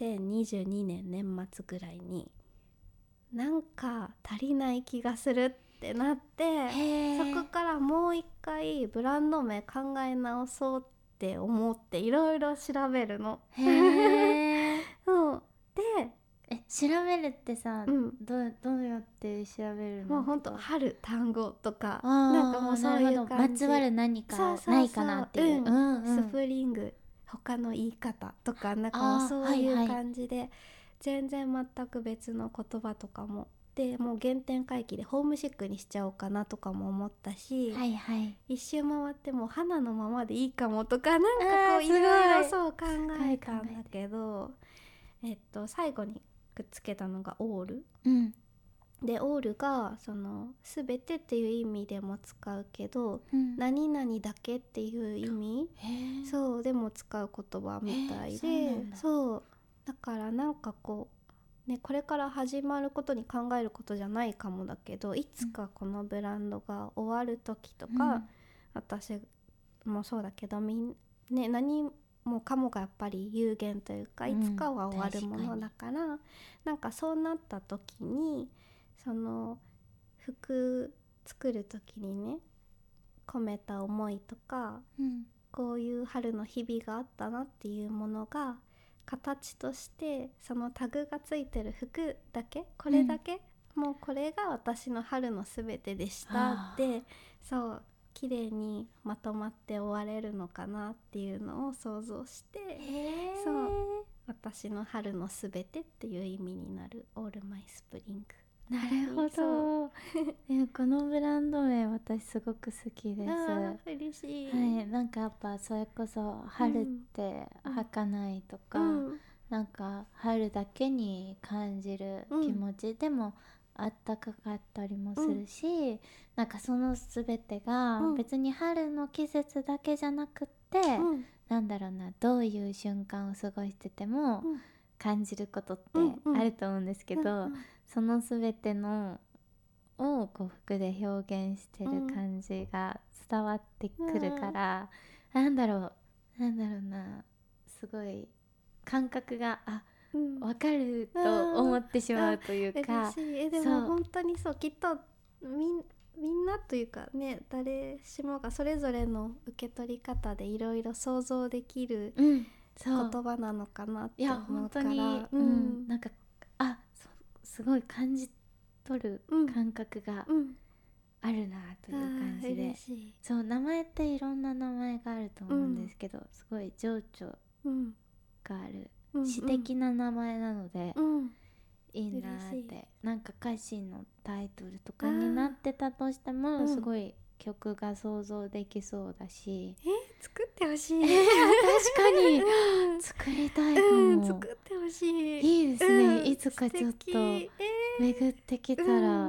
2022年年末ぐらいになんか足りない気がするってなって、そこからもう一回ブランド名考え直そうって思っていろいろ調べるの。そうで調べるってさ、どうやって調べるの？ もうほんと春単語とかなんかもうそういう感じ、 まつわる何かないかなっていう、 スプリング他の言い方とかなんかもうそういう感じで、全然全く別の言葉とかもで、もう原点回帰でホームシックにしちゃおうかなとかも思ったし、一周回っても花のままでいいかもとか、なんかこういろいろそう考えたんだけど、最後にくっつけたのがオール、でオールがその全てっていう意味でも使うけど、何々だけっていう意味、そうでも使う言葉みたいで、そうだからなんかこうね、これから始まることに考えることじゃないかもだけど、いつかこのブランドが終わる時とか、私もそうだけどね、何もかもがやっぱり有限というか、いつかは終わるものだから、なんかそうなった時にその服作る時にね込めた思いとか、こういう春の日々があったなっていうものが形としてそのタグがついてる服だけ、これだけ、もうこれが私の春のすべてでしたって、そう綺麗にまとまって終われるのかなっていうのを想像して、そう私の春のすべてっていう意味になるオールマイスプリング。 なるほどこのブランド名私すごく好きです。 嬉しい、 なんかやっぱそれこそ春って儚いとか、なんか春だけに感じる気持ちでもあったかかったりもするし、なんかその全てが別に春の季節だけじゃなくって、なんだろうな、どういう瞬間を過ごしてても感じることってあると思うんですけど、その全てのをこう服で表現してる感じが伝わってくるから、なんだろうな、すごい感覚が分かると思ってしまうというか、 嬉しい。でも本当にそう、きっとみんなというかね、誰しもがそれぞれの受け取り方でいろいろ想像できる言葉なのかなって思うから、 なんかすごい感じ取る感覚があるなという感じで、そう名前っていろんな名前があると思うんですけど、すごい情緒がある詩的な名前なので、いいなって。なんか歌詞のタイトルとかになってたとしてもすごい曲が想像できそうだし、 作ってほしい。 確かに、作りたいかも、 作ってほしい。 いいですね、いつかちょっと巡ってきたら、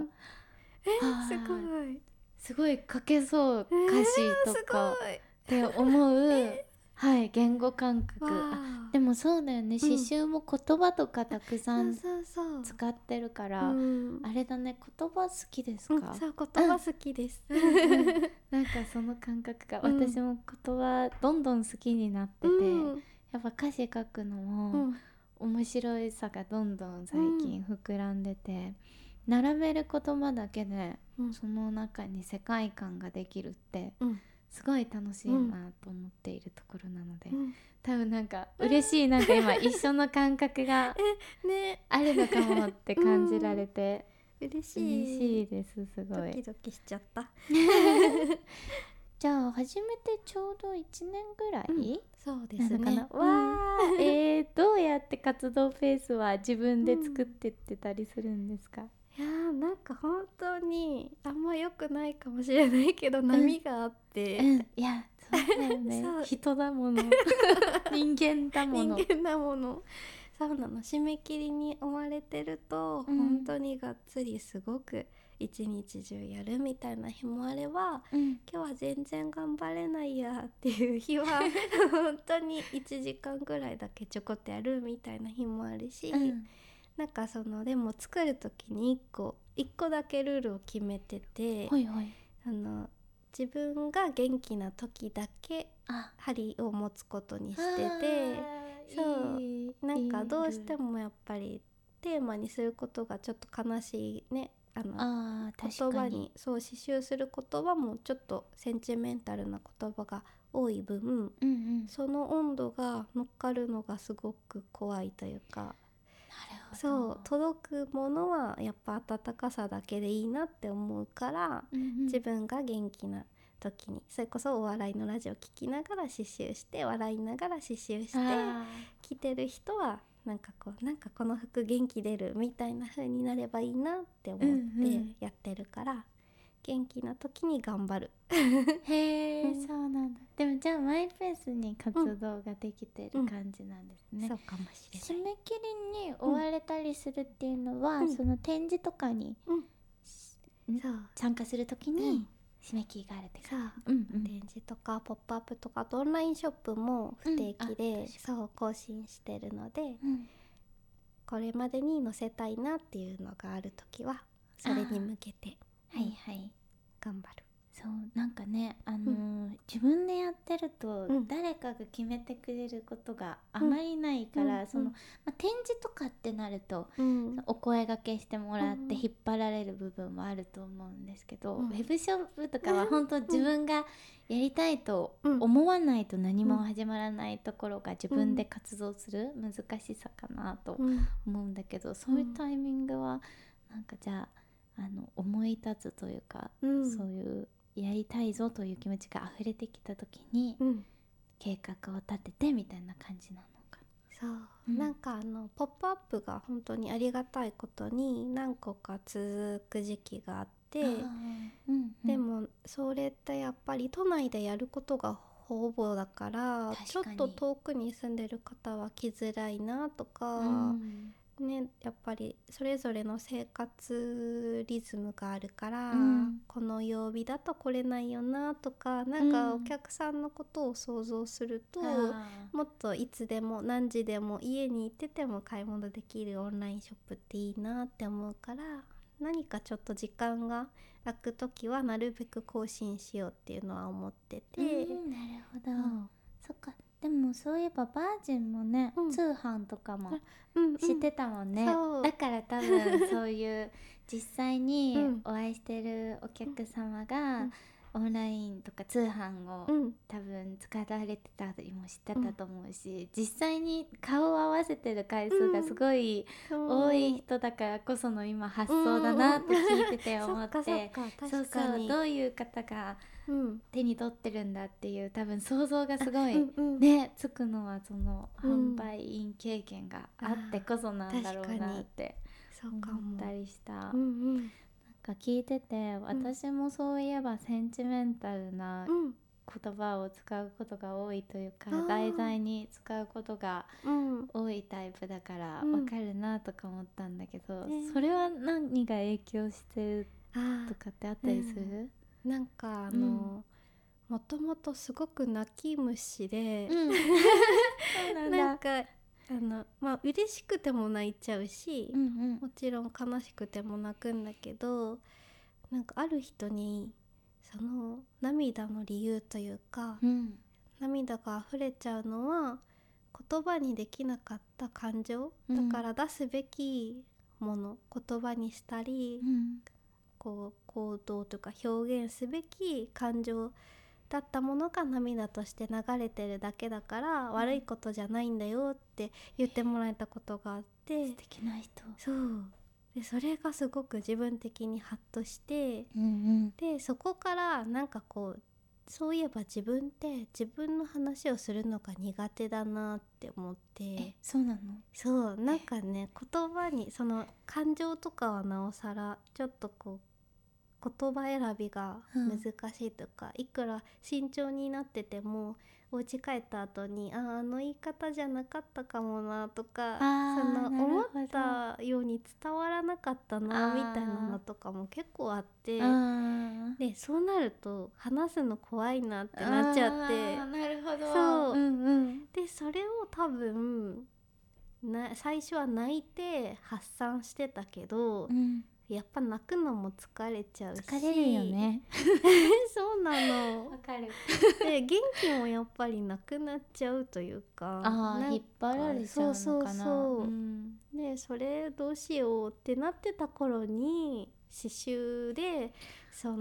すごい書けそう、歌詞とかって思う言語感覚。でもそうだよね、刺繍も言葉とかたくさん使ってるから、あれだね、言葉好きですか？ そう、言葉好きです。 なんかその感覚が、私も言葉どんどん好きになってて、やっぱ歌詞書くのも面白いさがどんどん最近膨らんでて、並べる言葉だけでその中に世界観ができるってすごい楽しいなと思っているところなので、多分なんか嬉しい、なんか今一緒の感覚があるのかもって感じられて、 嬉し嬉しい。 いです。すごドキい。 ドキしちゃった。 じゃあ始めてちょうど1年ぐらい、 そうですね。 なのかな。わー、どうやって活動ペースは自分で作ってってたりするんですか？ いやーなんか本当にあんま良くないかもしれないけど、波があって、 いや、そうだよね。 そう人だもの。人間だもの。 人間なもの。そうなの、締め切りに追われてると、本当にがっつりすごく一日中やるみたいな日もあれば、今日は全然頑張れないやっていう日は本当に1時間ぐらいだけちょこっとやるみたいな日もあるし、なんかでも作る時に一個だけルールを決めてて、 はいはい。 自分が元気な時だけ針を持つことにしてて、そうなんかどうしてもやっぱりテーマにすることがちょっと悲しいね、言葉に刺繍する言葉もちょっとセンチメンタルな言葉が多い分、その温度が乗っかるのがすごく怖いというか、そう届くものはやっぱ温かさだけでいいなって思うから、自分が元気な時にそれこそお笑いのラジオ聞きながら刺繍して笑いながら刺繍して着てる人はなんかこの服元気出るみたいな風になればいいなって思ってやってるから、元気な時に頑張る。 へえ、そうなんだ。でもじゃあマイペースに活動ができてる感じなんですね。 そうかもしれない。 締め切りに追われたりするっていうのは、その展示とかに、参加する時に締め切りがあるって感じ。 展示とかポップアップとか、あとオンラインショップも不定期で、更新してるので、これまでに載せたいなっていうのがある時はそれに向けて頑張る。 そうなんかね、自分でやってると誰かが決めてくれることがあまりないから、展示とかってなると、お声掛けしてもらって引っ張られる部分もあると思うんですけど、ウェブショップとかは本当自分がやりたいと思わないと何も始まらないところが自分で活動する難しさかなと思うんだけど、そういうタイミングはなんかじゃあ思い立つというか、そういうやりたいぞという気持ちが溢れてきた時に、計画を立ててみたいな感じなのか。 そう、なんかポップアップが本当にありがたいことに何個か続く時期があって、でもそれってやっぱり都内でやることがほぼだから、ちょっと遠くに住んでる方は来づらいなとか、やっぱりそれぞれの生活リズムがあるから、この曜日だと来れないよなとか、なんかお客さんのことを想像すると、もっといつでも何時でも家にいてても買い物できるオンラインショップっていいなって思うから、何かちょっと時間が空く時はなるべく更新しようっていうのは思ってて。 なるほど、そっか。でもそういえばバージンもね、通販とかもしてたもんね。だから多分そういう実際にお会いしてるお客様がオンラインとか通販を多分使われてたりもしてたと思うし、実際に顔を合わせてる回数がすごい多い人だからこその今発想だなって聞いてて思って、そうどういう方が手に取ってるんだっていう多分想像がすごいねつくのは、その販売員経験があってこそなんだろうなって思ったりした。なんか聞いてて、私もそういえばセンチメンタルな言葉を使うことが多いというか、題材に使うことが多いタイプだからわかるなとか思ったんだけど、それは何が影響してるとかってあったりする？ なんかもともとすごく泣き虫で、なんか嬉しくても泣いちゃうし、もちろん悲しくても泣くんだけど、なんかある人にその涙の理由というか、涙が溢れちゃうのは言葉にできなかった感情だから出すべきもの、言葉にしたり、こう行動とか表現すべき感情だったものが涙として流れてるだけだから、悪いことじゃないんだよって言ってもらえたことがあって。 素敵な人。 そうでそれがすごく自分的にハッとして、 うんでそこからなんかこうそういえば自分って自分の話をするのが苦手だなって思って。 そうなの？ そうなんかね、言葉にその感情とかはなおさらちょっとこう言葉選びが難しいとか、いくら慎重になっててもお家帰った後にあの言い方じゃなかったかもなとか、その思ったように伝わらなかったなみたいなのとかも結構あって、でそうなると話すの怖いなってなっちゃって。 なるほど。 そう、でそれを多分最初は泣いて発散してたけど、やっぱ泣くのも疲れちゃうし。 疲れるよねそうなの。 わかる。 で元気もやっぱりなくなっちゃうというか、 引っ張られちゃうのかな。 でそれどうしようってなってた頃に刺繍でそう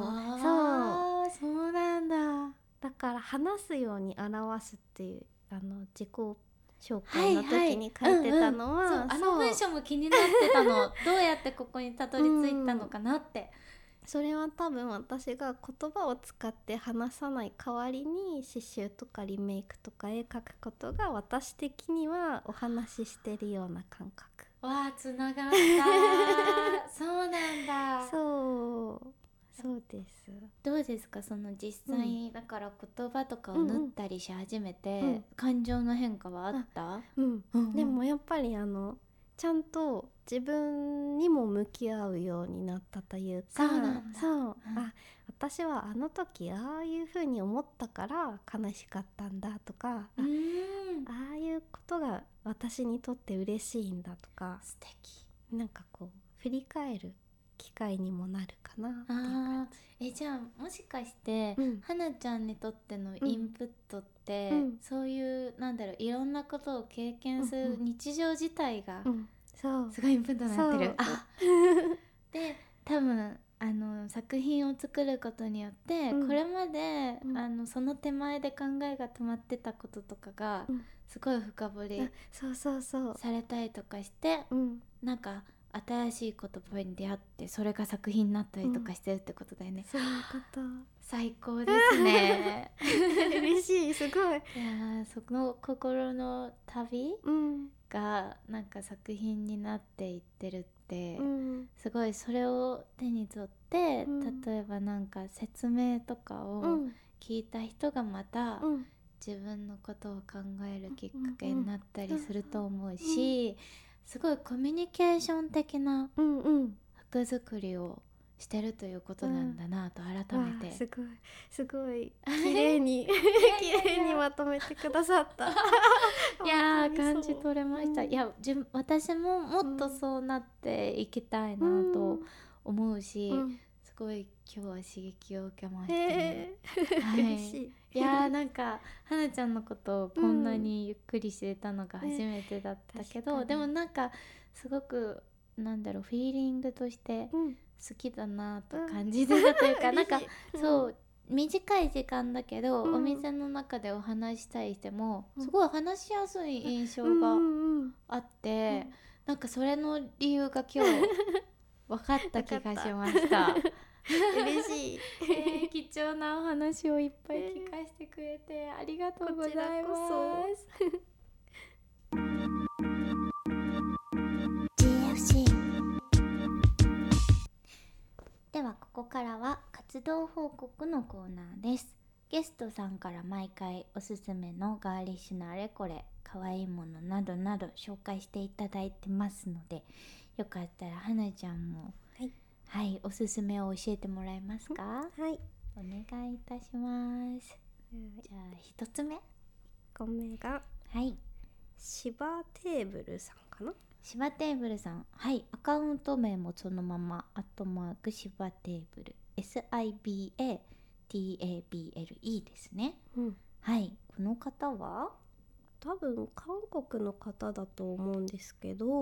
なんだ。 だから話すように表すっていう自己紹介の時に書いてたのは、 あの文章も気になってたのどうやってここにたどり着いたのかなって。 それは多分私が言葉を使って話さない代わりに刺繍とかリメイクとか絵描くことが私的にはお話ししてるような感覚。 わあつながったそうなんだ。 そうです。 どうですか、その実際、だから言葉とかを縫ったりし始めて、感情の変化はあった？ でもやっぱりちゃんと自分にも向き合うようになったというか。私はあの時ああいう風に思ったから悲しかったんだとか、ああいうことが私にとって嬉しいんだとか、 素敵。 なんかこう振り返る機会にもなるかなっていう感じ。 じゃあもしかして、はなちゃんにとってのインプットって、そういういろんなことを経験する日常自体が、すごいインプットになってる。で多分作品を作ることによって、これまで、その手前で考えが止まってたこととかが、すごい深掘りされたりとかして、なんか新しい言葉に出会ってそれが作品になったりとかしてるってことだよね。 そういうこと。 最高ですね嬉しい、すごい。 いやその心の旅がなんか作品になっていってるって、すごいそれを手に取って、例えばなんか説明とかを聞いた人がまた、自分のことを考えるきっかけになったりすると思うし、すごいコミュニケーション的な服作りをしてるということなんだなと改めて。 すごい綺麗にまとめてくださったいや感じ取れました。いや私ももっとそうなっていきたいなと思うし、すごい今日は刺激を受けましたね。 嬉しい。 いやなんかはなちゃんのことをこんなにゆっくり知れたのが初めてだったけど、でもなんかすごくフィーリングとして好きだなと感じてたというか、なんかそう短い時間だけど、お店の中でお話したりしてもすごい話しやすい印象があって、なんかそれの理由が今日分かった気がしました嬉しい、 貴重なお話をいっぱい聞かせてくれてありがとうございます。GFC ではここからは活動報告のコーナーです。ゲストさんから毎回おすすめのガーリッシュなあれこれ、可愛いものなどなど紹介していただいてますので、よかったらはなちゃんもはい、おすすめを教えてもらえますか？ はい、 お願いいたします。じゃあ一つ目。 1個目が芝テーブルさんかな。 芝テーブルさん、はい、アカウント名もそのまま@芝テーブル SIBATABLE ですね。はい、この方は多分韓国の方だと思うんですけど、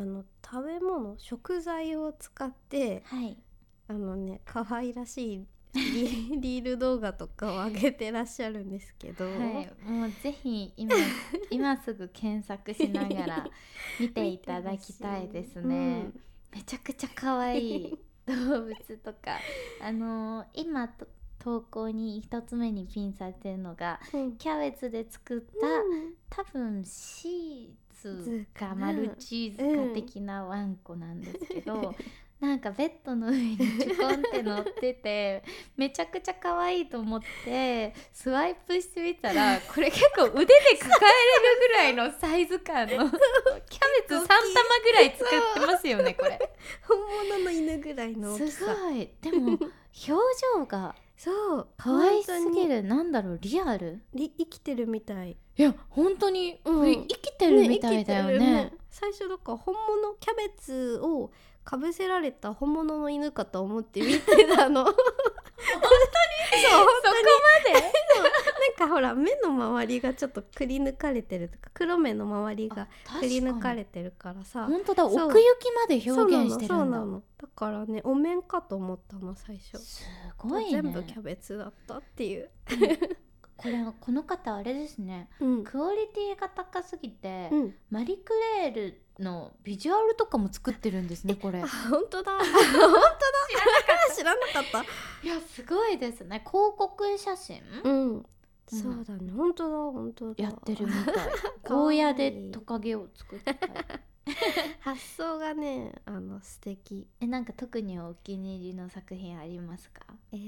食べ物食材を使って可愛らしいリール動画とかを上げてらっしゃるんですけど、 はい、もうぜひ今すぐ検索しながら見ていただきたいですね、めちゃくちゃ可愛い動物とか今投稿に一つ目にピンされてるのが、キャベツで作った多分シーツかマルチーズか的なワンコなんですけど、なんかベッドの上にちょこんって乗っててめちゃくちゃ可愛いと思ってスワイプしてみたら、これ結構腕で抱えれるぐらいのサイズ感のキャベツ3玉ぐらい作ってますよねこれ。 本物の犬ぐらいの大きさ。 すごい。でも表情がそう可愛すぎる。なんだろう、リアル、 生きてるみたい。 いや本当にこれ生きてるみたいだよね。 最初だから本物キャベツをかぶせられた本物の犬かと思って見てたの。本当にそう、本当にそこまでなんかほら目の周りがちょっとくり抜かれてるとか、黒目の周りがくり抜かれてるからさ、 本当だ、奥行きまで表現してるんだ。 そうなの。だからね、お面かと思ったの最初。 すごいね。 全部キャベツだったっていう。 この方あれですね、クオリティが高すぎて、マリクレールのビジュアルとかも作ってるんですねこれ。 本当だ本当だ知らなかった。 いやすごいですね。広告写真、 そうだね、本当だやってるみたい。ゴーヤでトカゲを作ったり発想がね素敵。 なんか特にお気に入りの作品ありますか？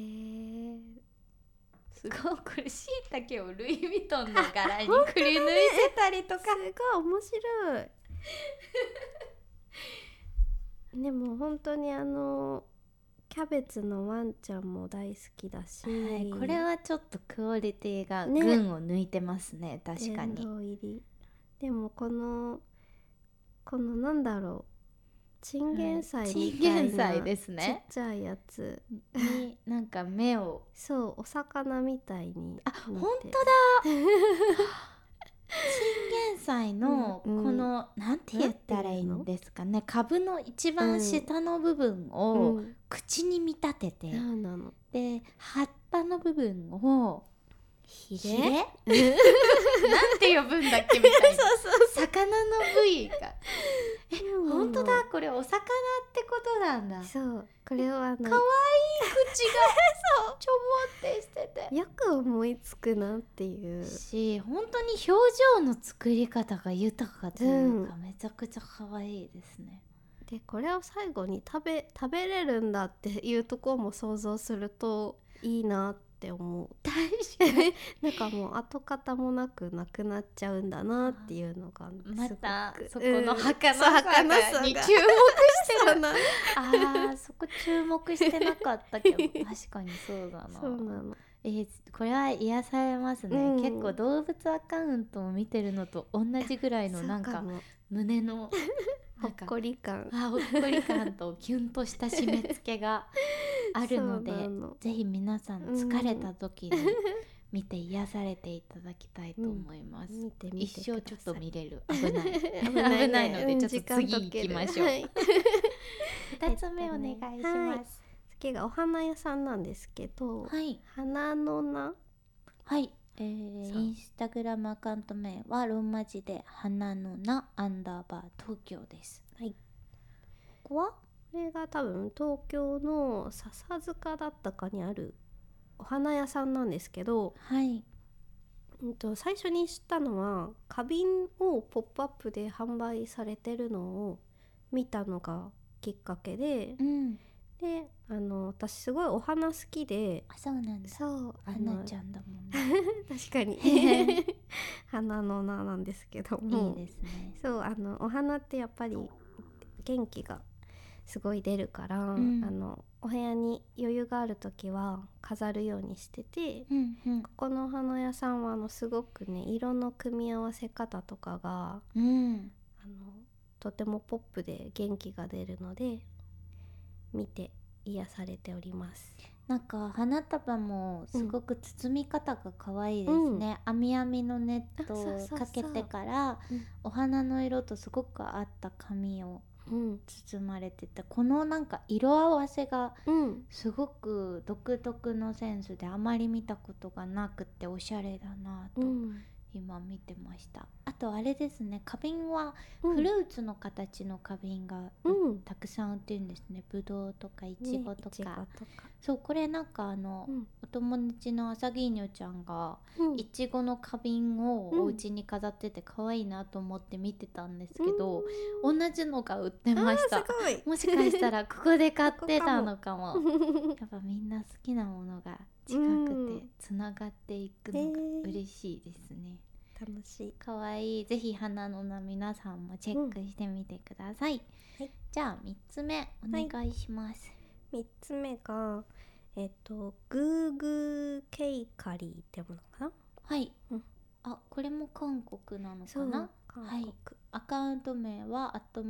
すごい、これしいたけをルイ・ヴィトンの柄にくり抜いてたりとか、 すごい面白い。でも本当にキャベツのワンちゃんも大好きだし、 これはちょっとクオリティが群を抜いてますね。確かに殿堂入り。でもこのなんだろう、チンゲン菜みたいなですね、 ちっちゃいやつになんか目をそうお魚みたいに。 本当だチンゲン菜のこの、なんて言ったらいいんですかね、株の一番下の部分を口に見立てて、で葉っぱの部分をヒレなんて呼ぶんだっけみたいな魚の部位が本当だ、これお魚ってことなんだ。 そう、これは可愛い口がちょぼってしててよく思いつくなっていうし、本当に表情の作り方が豊かというか、めちゃくちゃ可愛いですね。 でこれを最後に食べれるんだっていうところも想像するといいなって思う。 確かになんかもう跡形もなくなくなっちゃうんだなっていうのがまたそこの儚さに注目してるなそこ注目してなかったけど確かにそうだな。 そうなの。 これは癒されますね、結構動物アカウントを見てるのと同じぐらいのなんか胸のほっこり感ほっこり感とキュンとした締め付けがあるのでぜひ皆さん疲れた時に見て癒されていただきたいと思います、一生ちょっと見れる。危ないのでちょっと次行きましょう。2つ目お願いします。 次がお花屋さんなんですけど、花の名、 インスタグラムアカウント名はローマ字で花の名_東京です。これが多分東京の笹塚だったかにあるお花屋さんなんですけど、最初に知ったのは花瓶をポップアップで販売されてるのを見たのがきっかけで、で私すごいお花好きで。 そうなんだ。 そう花ちゃんだもんね確かに花の名なんですけども、 いいですね。 そうお花ってやっぱり元気がすごい出るから、お部屋に余裕がある時は飾るようにしてて、ここのお花屋さんはすごくね色の組み合わせ方とかが、とてもポップで元気が出るので見て癒されております。 なんか花束もすごく包み方が可愛いですね、網のネットをかけてからお花の色とすごく合った紙を包まれてた、このなんか色合わせがすごく独特のセンスで、あまり見たことがなくておしゃれだなと今見てました。あとあれですね、花瓶はフルーツの形の花瓶がたくさん売ってるんですね。ぶどうとかいちごとか、そう、これなんかお友達のあさぎーにょちゃんがいちごの花瓶をお家に飾ってて可愛いなと思って見てたんですけど、同じのが売ってました。もしかしたらここで買ってたのかも。やっぱみんな好きなものが近くてつながっていくのが嬉しいですね。 楽しい。 かわいい。ぜひ花の名皆さんもチェックしてみてください。じゃあ3つ目お願いします。 3つ目がグーグーケイカリーってものかな。 はい、あ、これも韓国なのかな。はい、アカウント名は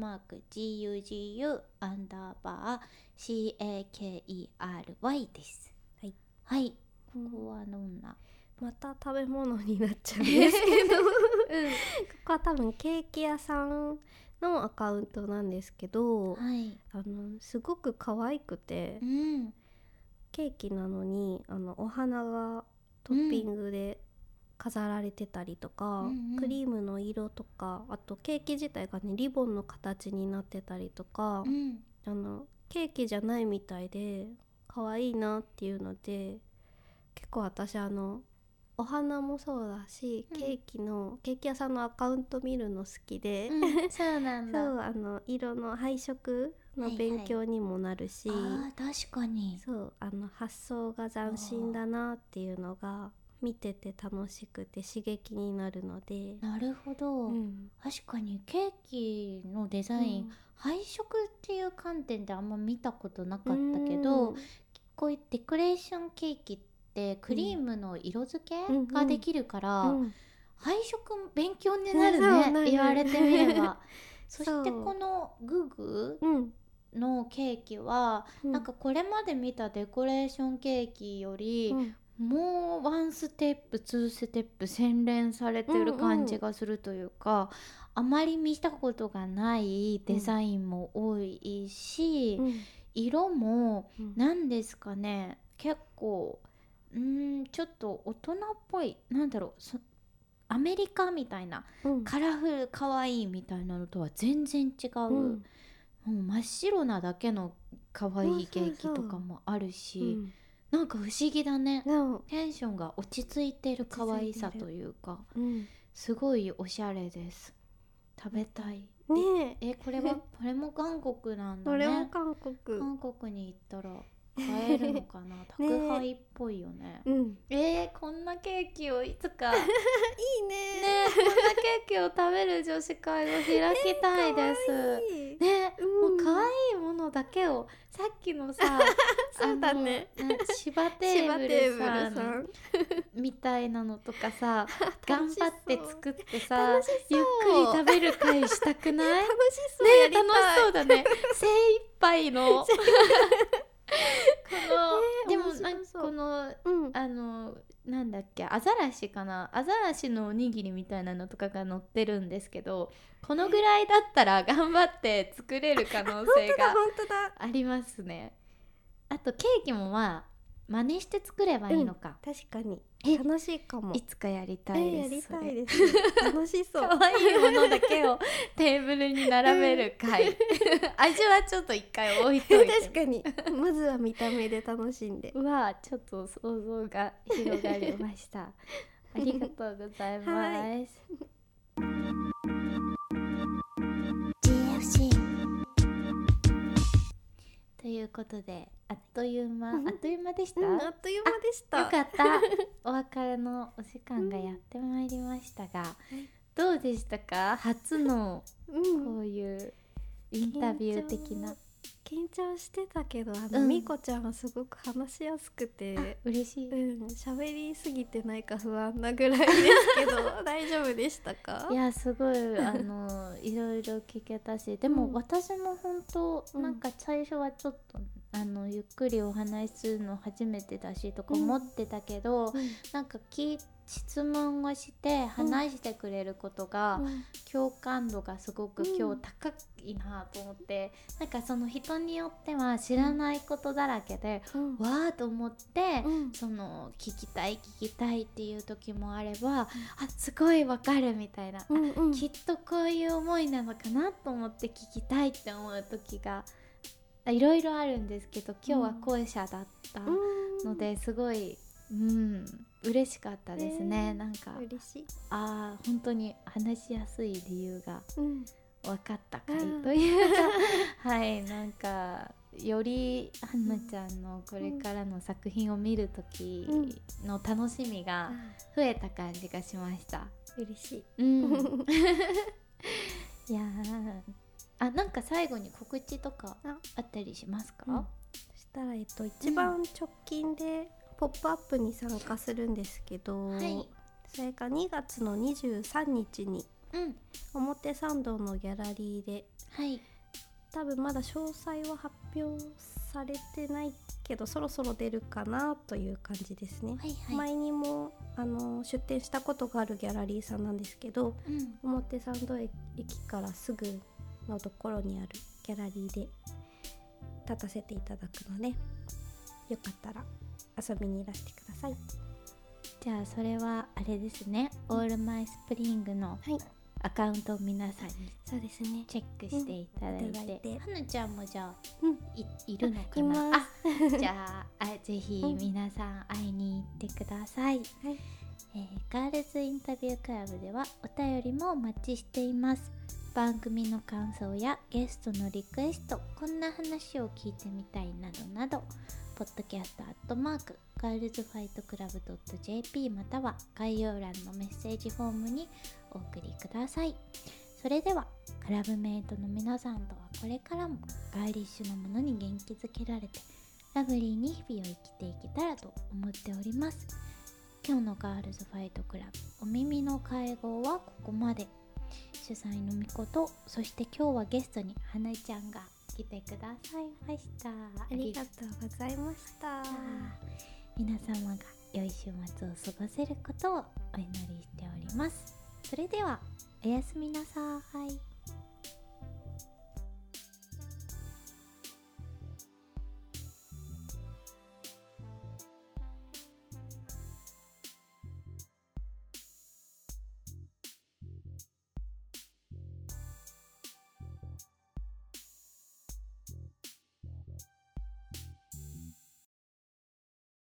@GUGU_CAKERY です。はい、はい、ここはどんな、 また食べ物になっちゃうんですけどここは多分ケーキ屋さんのアカウントなんですけど、すごく可愛くて、ケーキなのにお花がトッピングで飾られてたりとか、クリームの色とか、あとケーキ自体がねリボンの形になってたりとか、ケーキじゃないみたいで可愛いなっていうので、結構私お花もそうだし、ケーキ屋さんのアカウント見るの好きで、 そうなんだ。 そう色の配色の勉強にもなるし、 確かにそう発想が斬新だなっていうのが見てて楽しくて刺激になるので。 なるほど、確かにケーキのデザイン、配色っていう観点であんま見たことなかったけど、こういうデコレーションケーキってクリームの色付けができるから、配色勉強になるね、言われてみれば。そしてこのググのケーキは、なんかこれまで見たデコレーションケーキより、もうワンステップ2ステップ洗練されてる感じがするというか、あまり見たことがないデザインも多いし、色も何ですかね、結構ちょっと大人っぽい、なんだろう、アメリカみたいな、カラフルかわいいみたいなのとは全然違う、もう真っ白なだけのかわいいケーキとかもあるし、なんか不思議だね、テンションが落ち着いてる可愛さというか、すごいおしゃれです。食べたいね。これも韓国なんだね。 これも韓国に行ったら買えるのかな宅配っぽいよね。こんなケーキをいつかいいね。こんなケーキを食べる女子会を開きたいですね。もう可愛いものだけを、さっきのさそうだね、 芝テーブルさんみたいなのとかさ頑張って作ってさ、ゆっくり食べる会したくない？楽しそう楽しそうだね。精一杯のでもなんかこのなんだっけ、アザラシかな、アザラシのおにぎりみたいなのとかが載ってるんですけど、このぐらいだったら頑張って作れる可能性がありますね。あとケーキも真似して作ればいいのか、 確かに楽しいかも。 いつかやりたいです。 やりたいです楽しそう可愛いものだけをテーブルに並べる会味はちょっと一回置いといて確かにまずは見た目で楽しんでちょっと想像が広がりましたありがとうございます、GFC ということで、あっという間でした、 あっという間でした。 よかったお別れのお時間がやってまいりましたが、どうでしたか？初のこういうインタビュー的な。 緊張してたけどみこちゃんはすごく話しやすくて嬉しい。 喋りすぎてないか不安なぐらいですけど大丈夫でしたか？ いやすごいいろいろ聞けたし、でも私も本当なんか最初はちょっとゆっくりお話しするの初めてだしとか思ってたけど、なんか聞い質問をして話してくれることが、共感度がすごく今日高いなと思って、なんかその人によっては知らないことだらけで、わーと思って、その聞きたいっていう時もあれば、あ、すごいわかるみたいな、きっとこういう思いなのかなと思って聞きたいって思う時がいろいろあるんですけど、今日は後者だったので、すごい嬉しかったですね。なんか嬉しい。 本当に話しやすい理由が分かった回というか、はい、なんかよりはなちゃんのこれからの作品を見る時の楽しみが増えた感じがしました。 嬉しい。 いやなんか最後に告知とかあったりしますか？ そしたら一番直近でポップアップに参加するんですけど、それが2月の23日に表参道のギャラリーで、多分まだ詳細は発表されてないけどそろそろ出るかなという感じですね。前にも出展したことがあるギャラリーさんなんですけど、表参道駅からすぐのところにあるギャラリーで立たせていただくので、よかったら遊びにいらしてください。 じゃあそれはあれですね、オールマイスプリングのアカウントを皆さんにそうですね、 チェックしていただいて、はなちゃんもじゃあ、いるのかな？ います。 じゃあぜひ皆さん会いに行ってください。ガールズインタビュークラブではお便りもお待ちしています。番組の感想やゲストのリクエスト、こんな話を聞いてみたいなどなど、podcast@girlsfightclub.jp または概要欄のメッセージフォームにお送りください。それではクラブメイトの皆さんとはこれからもガーリッシュなものに元気づけられて、ラブリーに日々を生きていけたらと思っております。今日のガールズファイトクラブお耳の会合はここまで。主催のみこと、そして今日はゲストにはなちゃんが来てくださいました。 ありがとうございました。 皆様が良い週末を過ごせることをお祈りしております。それではおやすみなさい。